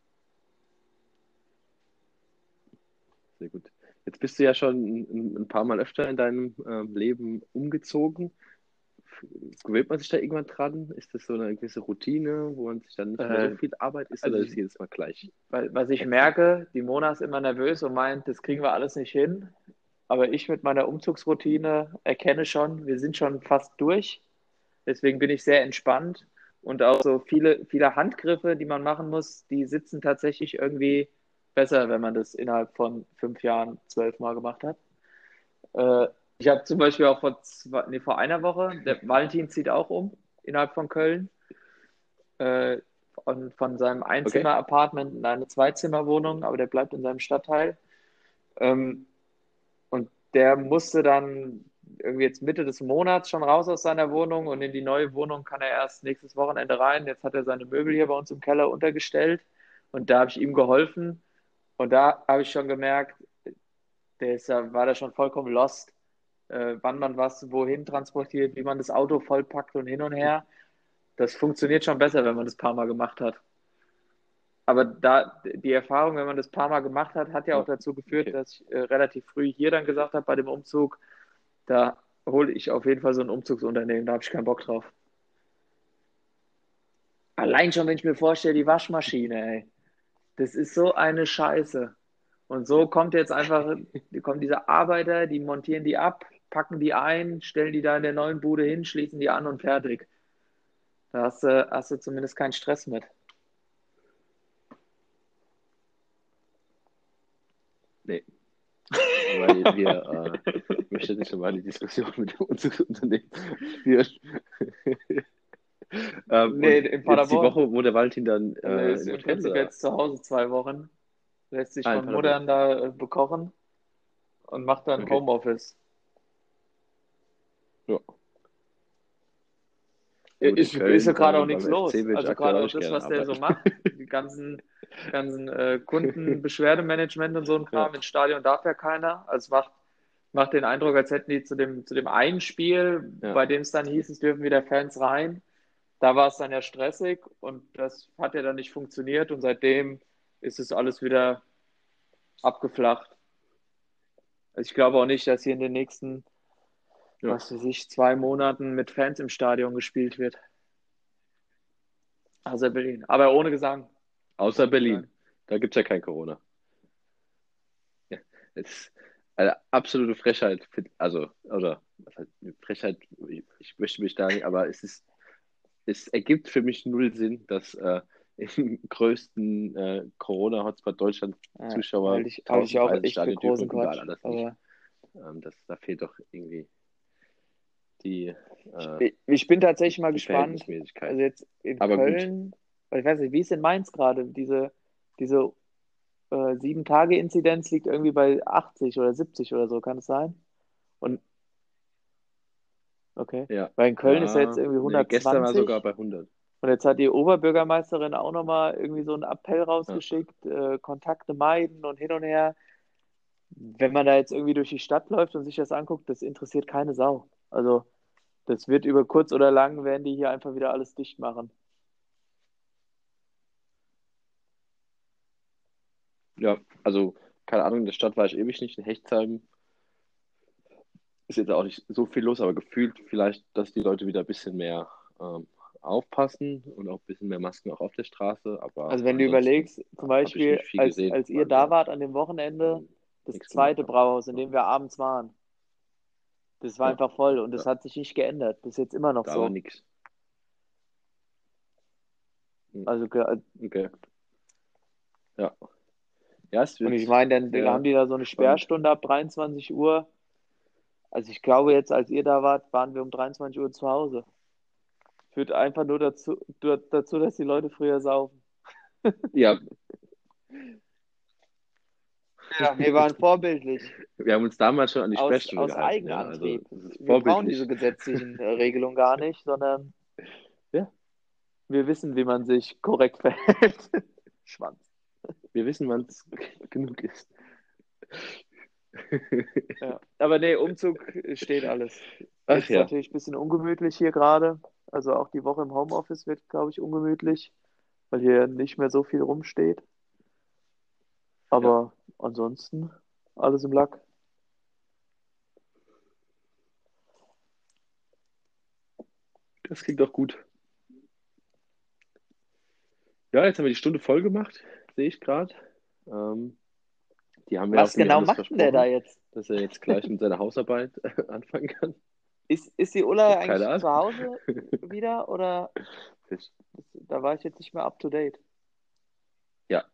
Sehr gut. Jetzt bist du ja schon ein, ein paar Mal öfter in deinem ähm, Leben umgezogen. Gewöhnt man sich da irgendwann dran? Ist das so eine gewisse Routine, wo man sich dann nicht mehr Äh, so viel Arbeit ist, also oder ich- ist jedes Mal gleich? Weil, was ich Heftig. merke, die Mona ist immer nervös und meint, das kriegen wir alles nicht hin. Aber ich mit meiner Umzugsroutine erkenne schon, wir sind schon fast durch. Deswegen bin ich sehr entspannt. Und auch so viele, viele Handgriffe, die man machen muss, die sitzen tatsächlich irgendwie besser, wenn man das innerhalb von fünf Jahren zwölf Mal gemacht hat. Äh, ich habe zum Beispiel auch vor, zwei, nee, vor einer Woche, der Valentin zieht auch um, innerhalb von Köln, äh, von, von seinem Einzimmer-Apartment in eine Zweizimmerwohnung, aber der bleibt in seinem Stadtteil. Ähm, und der musste dann irgendwie jetzt Mitte des Monats schon raus aus seiner Wohnung und in die neue Wohnung kann er erst nächstes Wochenende rein. Jetzt hat er seine Möbel hier bei uns im Keller untergestellt und da habe ich ihm geholfen. Und da habe ich schon gemerkt, der ist, ja- war da schon vollkommen lost, äh, wann man was wohin transportiert, wie man das Auto vollpackt und hin und her. Das funktioniert schon besser, wenn man das paar Mal gemacht hat. Aber da die Erfahrung, wenn man das paar Mal gemacht hat, hat ja auch Ja, dazu geführt, okay. dass ich äh, relativ früh hier dann gesagt habe bei dem Umzug, da hole ich auf jeden Fall so ein Umzugsunternehmen, da habe ich keinen Bock drauf. Allein schon, wenn ich mir vorstelle, die Waschmaschine, ey, das ist so eine Scheiße. Und so kommt jetzt einfach, kommen diese Arbeiter, die montieren die ab, packen die ein, stellen die da in der neuen Bude hin, schließen die an und fertig. Da hast du, hast du zumindest keinen Stress mit. Nee. Weil wir, äh, ich möchte nicht nochmal die Diskussion mit dem Umzugsunternehmen führen. ähm, Nee, und in jetzt die Paderborn. Woche, wo der Valentin dann Und er äh, ist in der im Schweiz Prinzip oder? jetzt zu Hause zwei Wochen, lässt sich Ah, in von Paderborn. Muttern da äh, bekochen und macht dann Okay. Homeoffice. Ja. Gut, ist, Köln, ist ja gerade äh, auch nichts beim F C los. will ich Also aktuell gerade auch auch nicht das, gerne was der so arbeiten. macht, die ganzen, ganzen äh, Kundenbeschwerdemanagement und so ein Kram, Ja. ins Stadion darf ja keiner. Also es macht, macht den Eindruck, als hätten die zu dem, zu dem einen Spiel, Ja. bei dem es dann hieß, es dürfen wieder Fans rein, da war es dann ja stressig und das hat ja dann nicht funktioniert und seitdem ist es alles wieder abgeflacht. Also ich glaube auch nicht, dass hier in den nächsten, Ja. was weiß ich, zwei Monaten mit Fans im Stadion gespielt wird. Also Berlin. Aber ohne Gesang. Außer Ohne Berlin. Gesang. Da gibt es ja kein Corona. Ja. Es ist eine absolute Frechheit. Also, oder was heißt Frechheit, ich möchte mich da nicht, aber es ist, es ergibt für mich null Sinn, dass äh, im größten äh, Corona-Hotspot Deutschland Ja, Zuschauer halte ich, halte ich auch tausendweise ins echt für Stadion dürfen großen und überall Quatsch. anders nicht. Aber Ähm, das, da fehlt doch irgendwie die, äh, ich, ich bin tatsächlich mal die gespannt. Verhältnismäßigkeit. Also jetzt in Aber gut. Köln, weil ich weiß nicht, wie ist in Mainz gerade? Diese, diese äh, sieben-Tage-Inzidenz liegt irgendwie bei achtzig oder siebzig oder so, kann es sein? Und okay. Ja. Weil in Köln ist ja jetzt Ja, irgendwie nee, gestern war sogar hundertzwanzig. bei hundert. Und jetzt hat die Oberbürgermeisterin auch nochmal irgendwie so einen Appell rausgeschickt, äh, Kontakte meiden und hin und her. Wenn man da jetzt irgendwie durch die Stadt läuft und sich das anguckt, das interessiert keine Sau. Also das wird über kurz oder lang, werden die hier einfach wieder alles dicht machen. Ja, also keine Ahnung, in der Stadt war ich ewig nicht. In Hechtsheim ist jetzt auch nicht so viel los, aber gefühlt vielleicht, dass die Leute wieder ein bisschen mehr ähm, aufpassen und auch ein bisschen mehr Masken auch auf der Straße. Aber Also wenn du ansonsten überlegst, zum habe ich Beispiel, nicht viel als, gesehen, als ihr weil da wir wart an dem Wochenende, das nichts gemacht zweite haben. Brauhaus, in Ja. dem wir abends waren, Das war Ja, einfach voll und das ja, hat sich nicht geändert. Das ist jetzt immer noch da war so. nix. Hm, Also, ge- Okay, ja. Ja, es und wird ich meine, dann dann haben sehr die da so eine spannend. Sperrstunde ab dreiundzwanzig Uhr. Also ich glaube jetzt, als ihr da wart, waren wir um dreiundzwanzig Uhr zu Hause. Führt einfach nur dazu, dazu, dass die Leute früher saufen. Ja, Ja, wir waren vorbildlich. wir haben uns damals schon an die Aus, Sprechstunde aus gehalten, ja. Also Eigenantrieb. das ist Wir brauchen diese vorbildlich. gesetzlichen äh, Regelungen gar nicht, sondern Ja, wir wissen, wie man sich korrekt verhält. Schwanz. wir wissen, wann es genug ist. Ja. Aber nee, Umzug steht alles. Ach Jetzt ja, natürlich ein bisschen ungemütlich hier gerade. Also auch die Woche im Homeoffice wird, glaube ich, ungemütlich, weil hier nicht mehr so viel rumsteht. ja, Aber ansonsten alles im Lack. das klingt doch gut. Ja, jetzt haben wir die Stunde voll gemacht, sehe ich gerade. Ähm, die haben wir auch Was dem genau Johannes macht denn der da versprochen, jetzt? dass er jetzt gleich mit seiner Hausarbeit anfangen kann. Ist, ist die Ich Ulla habe keine eigentlich Ahnung. zu Hause wieder oder das, da war ich jetzt nicht mehr up to date? Ja,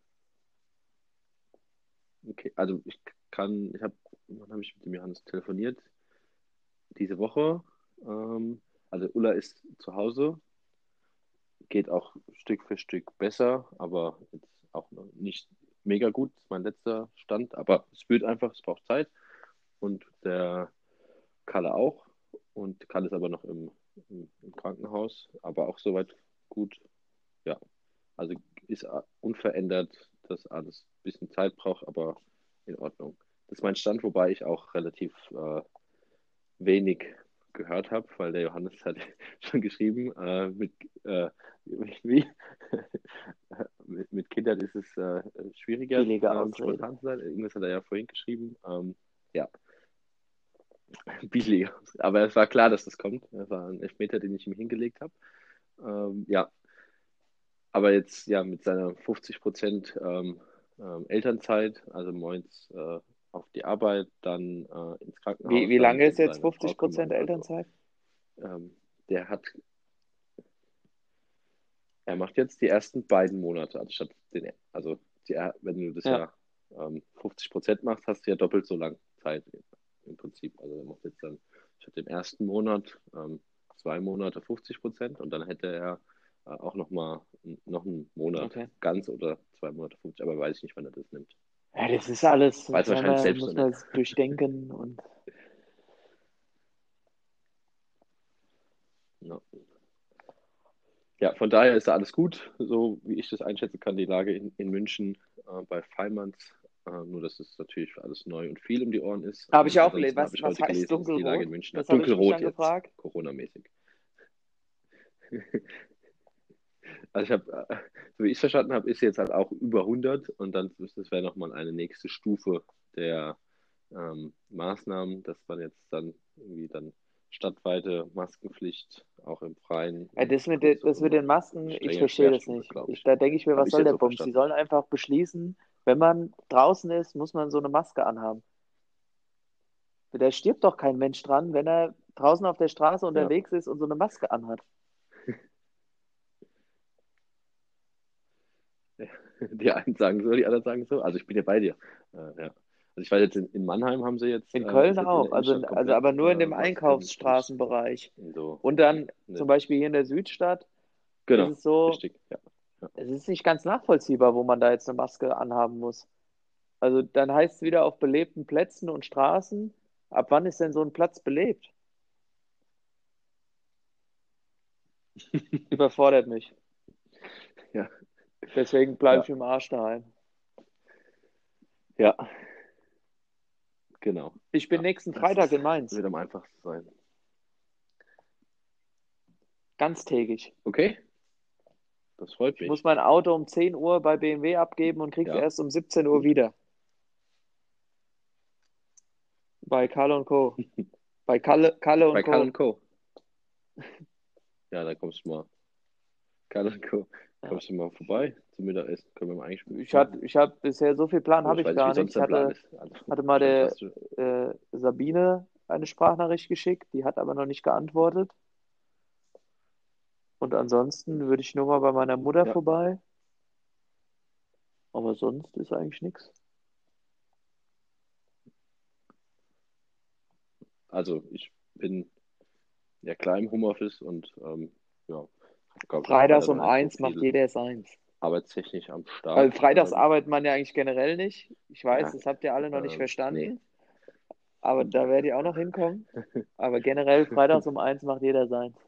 okay. Also ich kann, ich habe, wann habe ich mit dem Johannes telefoniert? Diese Woche. Ähm, also Ulla ist zu Hause, geht auch Stück für Stück besser, aber jetzt auch noch nicht mega gut, ist mein letzter Stand. Aber es wird einfach, es braucht Zeit. Und der Kalle auch. Und Kalle ist aber noch im, im, im Krankenhaus, aber auch soweit gut. Ja, also ist unverändert, dass alles ein bisschen Zeit braucht, aber in Ordnung. Das ist mein Stand, wobei ich auch relativ äh, wenig gehört habe, weil der Johannes hat schon geschrieben, äh, mit, äh, wie, mit, mit Kindern ist es äh, schwieriger, Billige ähm, Ausrede. spontan zu sein. Irgendwas hat er ja vorhin geschrieben. Ähm, ja, billiger. Aber es war klar, dass das kommt. Das war ein Elfmeter, den ich ihm hingelegt habe. Ähm, ja, aber jetzt ja mit seiner fünfzig Prozent ähm, ähm, Elternzeit, also morgens äh, auf die Arbeit, dann äh, ins Wie, Krankenhaus, wie dann lange ist um jetzt seine Frau fünfzig kümmern. Prozent Also Elternzeit? ähm, der hat, er macht jetzt die ersten beiden Monate, anstatt den, also die, wenn du das Ja, ja ähm, fünfzig Prozent machst, hast du ja doppelt so lang Zeit im Prinzip. Also er macht jetzt dann statt dem ersten Monat ähm, zwei Monate fünfzig Prozent und dann hätte er äh, auch noch mal noch einen Monat okay. ganz oder zwei Monate fünfzig, aber weiß ich nicht, wann er das nimmt. Ja, das ist alles, Weiß das er haben wahrscheinlich wir, selbst noch muss nicht. man jetzt durchdenken und Ja. Ja, von daher ist da alles gut, so wie ich das einschätzen kann, die Lage in, in München äh, bei Feimanns. Äh, nur, dass es natürlich alles neu und viel um die Ohren ist. habe ich Und auch gelesen. ansonsten habe Was, ich was heute heißt gelesen, ist die Lage dunkelrot? in München Das habe ich mich dunkelrot dann jetzt, gefragt. Corona-mäßig. Also ich habe, äh, so wie ich es verstanden habe, ist jetzt halt auch über hundert und dann das wäre nochmal eine nächste Stufe der ähm, Maßnahmen, dass man jetzt dann irgendwie dann stadtweite Maskenpflicht auch im Freien Ja, und das mit, den, größere das mit und den Masken, ich strenge verstehe das Sperrstunde, nicht. glaube Ich, ich. da denke ich mir, Habe was ich soll jetzt der so Bums? Die verstanden. sollen einfach beschließen, wenn man draußen ist, muss man so eine Maske anhaben. Da stirbt doch kein Mensch dran, wenn er draußen auf der Straße Ja, unterwegs ist und so eine Maske anhat. die einen sagen so, die anderen sagen so. Also ich bin ja bei dir. Äh, ja. Also ich weiß jetzt, in, in Mannheim haben sie jetzt, In äh, Köln ist jetzt in auch, der also, Innenstadt also komplett aber nur in äh, dem Maskenpflicht. Einkaufsstraßenbereich. In so, Und dann ne, zum Beispiel hier in der Südstadt ist genau, es so, richtig. Ja. Ja. es ist nicht ganz nachvollziehbar, wo man da jetzt eine Maske anhaben muss. Also dann heißt es wieder auf belebten Plätzen und Straßen. Ab wann ist denn so ein Platz belebt? Überfordert mich. Ja, Deswegen bleibe ja, ich im Arsch daheim. ja, genau. Ich bin Ja, nächsten das Freitag ist, in Mainz. wird am einfachsten sein. Ganztägig. Okay, das freut Ich muss mich. mein Auto um zehn Uhr bei B M W abgeben und krieg's Ja, erst um siebzehn Uhr gut. wieder. Bei Kalle und Co. Bei Kalle, Kalle und Bei Karl Co. und Co. Ja, da kommst du mal. Karl und Co. Ja. Kommst du mal vorbei zum Mittagessen? Können wir mal eigentlich Ich machen. hatte, ich habe bisher so viel Plan Oder habe ich ich weiß nicht, wie gar nicht. sonst Ich dein Plan hatte, ist. Also, hatte mal wahrscheinlich der hast du. äh, Sabine eine Sprachnachricht geschickt, die hat aber noch nicht geantwortet. Und ansonsten würde ich nur mal bei meiner Mutter Ja, vorbei. Aber sonst ist eigentlich nichts. also ich bin ja klar im Homeoffice und ähm, ja, habe, glaube ich, am Freitags Freitag um noch nicht so eins macht viel jeder seins. arbeitstechnisch am Also Start. freitags Ähm, arbeitet man ja eigentlich generell nicht. Ich weiß, ja, das habt ihr alle noch nicht ähm, nee. verstanden. Aber da werdet ihr auch noch hinkommen. Aber generell freitags um eins macht jeder seins.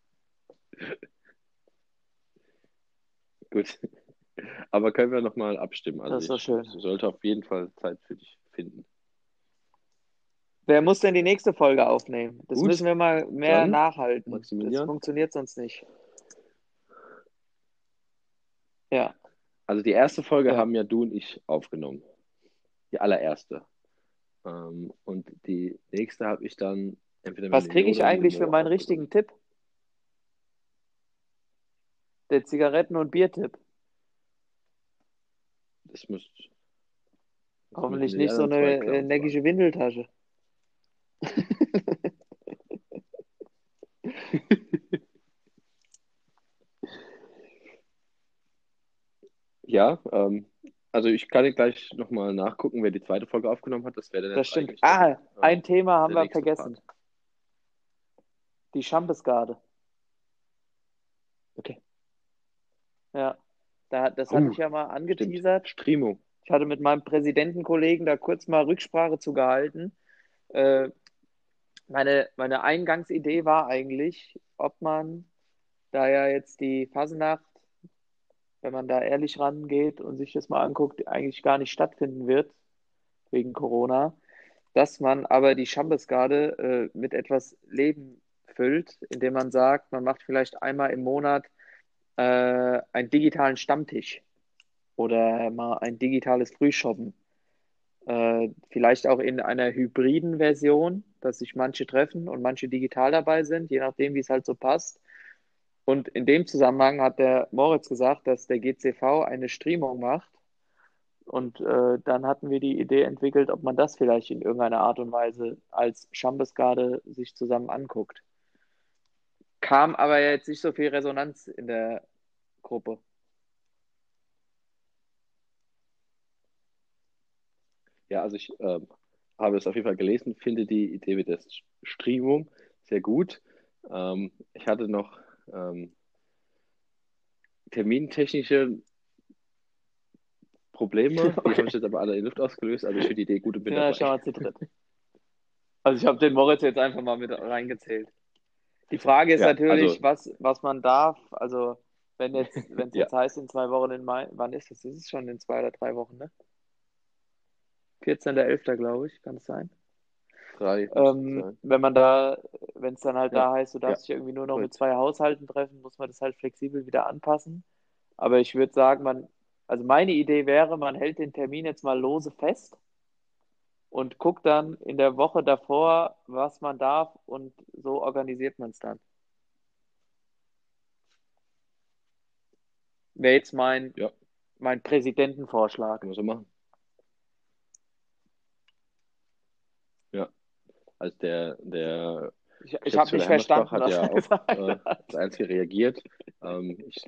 Gut. Aber können wir nochmal abstimmen? Also Das ist doch ich schön. sollte auf jeden Fall Zeit für dich finden. Wer muss denn die nächste Folge aufnehmen? Das müssen Gut, wir mal mehr dann nachhalten. Das Maximilian. funktioniert sonst nicht. Ja, Also die erste Folge ja. haben ja du und ich aufgenommen. Die allererste. Ähm, und die nächste habe ich dann entweder mit Was dem kriege Jo ich oder mit dem eigentlich für Mo meinen aufgenommen. richtigen Tipp? Der Zigaretten- und Biertipp. Das, müsst, das müssen Hoffentlich die nicht so anderen zwei eine äh, Clowns sagen. neckische Windeltasche. Ja, ähm, also ich kann gleich nochmal nachgucken, wer die zweite Folge aufgenommen hat. Das wäre dann Das jetzt stimmt. eigentlich dann Ah, ein ähm, Thema haben der wir nächste Part. vergessen. Die Schambesgarde. Okay. Ja, da, das hatte Uh, ich ja mal stimmt. angeteasert. Streamung. Ich hatte mit meinem Präsidentenkollegen da kurz mal Rücksprache zu gehalten. Äh, meine, meine Eingangsidee war eigentlich, ob man, da ja jetzt die Fasnacht, wenn man da ehrlich rangeht und sich das mal anguckt, eigentlich gar nicht stattfinden wird, wegen Corona, dass man aber die Schambesgarde äh, mit etwas Leben füllt, indem man sagt, man macht vielleicht einmal im Monat äh, einen digitalen Stammtisch oder mal ein digitales Frühshoppen. Äh, vielleicht auch in einer hybriden Version, dass sich manche treffen und manche digital dabei sind, je nachdem, wie es halt so passt. Und in dem Zusammenhang hat der Moritz gesagt, dass der G C V eine Streamung macht. Und äh, dann hatten wir die Idee entwickelt, ob man das vielleicht in irgendeiner Art und Weise als Schambesgarde sich zusammen anguckt. Kam aber jetzt nicht so viel Resonanz in der Gruppe. Ja, also ich ähm, habe es auf jeden Fall gelesen, finde die Idee mit der Streamung sehr gut. Ähm, ich hatte noch ähm, termintechnische Probleme, die habe Okay, ich jetzt aber alle in Luft ausgelöst. Also ich finde die Idee gut und bin ja, dabei. schauen wir zu dritt. Also ich habe den Moritz jetzt einfach mal mit reingezählt. Die Frage ist Ja, natürlich, also was, was man darf. Also wenn jetzt, wenn es ja, jetzt heißt, in zwei Wochen in Mai, wann ist es? Das ist schon in zwei oder drei Wochen, ne? vierzehnter elfter glaube ich, kann es sein. drei müssten es Ähm, sein. wenn man da, wenn es dann halt Ja, da heißt, du ja, darfst dich irgendwie nur noch mit korrekt. zwei Haushalten treffen, muss man das halt flexibel wieder anpassen. Aber ich würde sagen, man, also meine Idee wäre, man hält den Termin jetzt mal lose fest und guckt dann in der Woche davor, was man darf und so organisiert man es dann. Wäre jetzt mein, Ja, mein Präsidentenvorschlag. können wir so machen. Ja, also der, der Ich, ich habe Geschäftsführer nicht Hermersbach verstanden, hat was ja er auch gesagt äh, hat. das Einzige reagiert. Ähm, ich,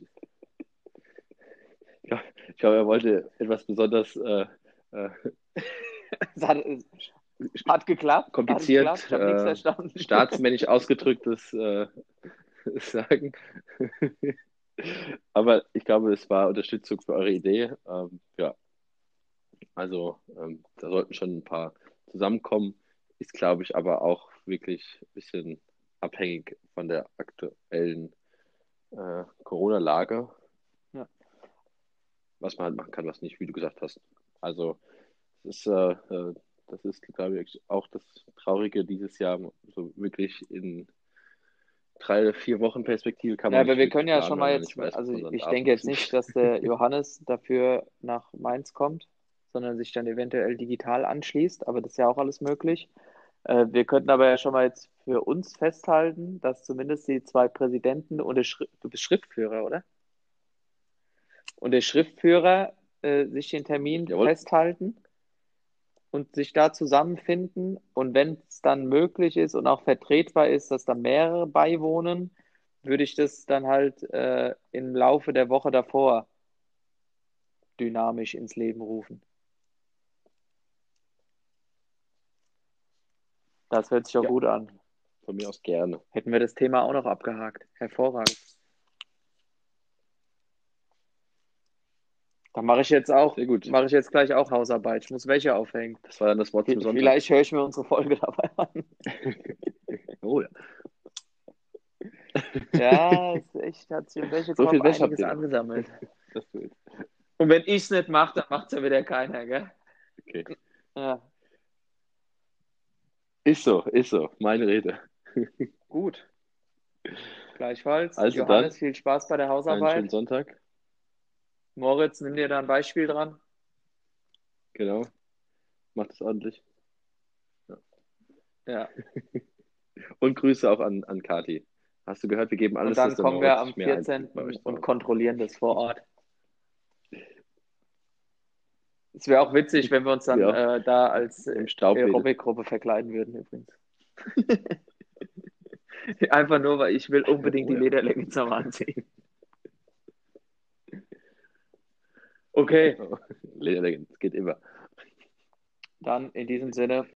ja, ich glaube, er wollte etwas besonders äh, äh, Es hat, es hat geklappt, hat geklappt, kompliziert, ich habe nichts äh, verstanden. staatsmännisch ausgedrücktes äh, sagen. Aber ich glaube, es war Unterstützung für eure Idee. Ähm, ja, also ähm, da sollten schon ein paar zusammenkommen. Ist, glaube ich, aber auch wirklich ein bisschen abhängig von der aktuellen äh, Corona-Lage, Ja. was man halt machen kann, was nicht, wie du gesagt hast. Also es ist, äh, äh, das ist, glaube ich, auch das Traurige dieses Jahr. So wirklich in drei oder vier Wochen Perspektive kann Ja, man aber nicht wir können wirklich ja planen, schon weil mal man jetzt, nicht weiß, was also man dann ich darf denke und was jetzt nicht, nicht. dass der Johannes dafür nach Mainz kommt, sondern sich dann eventuell digital anschließt, aber das ist ja auch alles möglich. Äh, wir könnten aber ja schon mal jetzt für uns festhalten, dass zumindest die zwei Präsidenten und der Schri du bist Schriftführer, oder? Und der Schriftführer äh, sich den Termin Jawohl. festhalten und sich da zusammenfinden. Und wenn es dann möglich ist und auch vertretbar ist, dass da mehrere beiwohnen, würde ich das dann halt äh, im Laufe der Woche davor dynamisch ins Leben rufen. Das hört sich auch Ja, gut an. von mir aus gerne. Hätten wir das Thema auch noch abgehakt. Hervorragend. Dann mache ich jetzt auch, Sehr gut. mache ich jetzt gleich auch Hausarbeit. Ich muss Wäsche aufhängen. Das war dann das Wort zum V- Sonntag. Vielleicht höre ich mir unsere Folge dabei an. Oh ja. Ja, es ist echt, hat sich im So Wäschekorb viel Wäsche habt einiges ihr noch. angesammelt. Das ist gut. Und wenn ich es nicht mache, dann macht es ja wieder keiner, gell? Okay. Ja, Ist so, ist so. Meine Rede. gut. Gleichfalls. Also dann, Johannes, viel Spaß bei der einen schönen Hausarbeit. Sonntag. Moritz, nimm dir da ein Beispiel dran. Genau. Macht es ordentlich. Ja. Und Grüße auch an, an Kati. Hast du gehört, wir geben Und alles, dann dass der kommen wir Moritz am sich mehr einbringt bei vierzehnten euch zu und Hause. kontrollieren das vor Ort. Es wäre auch witzig, wenn wir uns dann Ja, äh, da als im äh, Staub wedelt. Aerobic-Gruppe verkleiden würden übrigens. Einfach nur, weil ich will unbedingt Oh die ja. Lederleggings am anziehen. Okay, Lederleggings, geht immer. dann in diesem Sinne.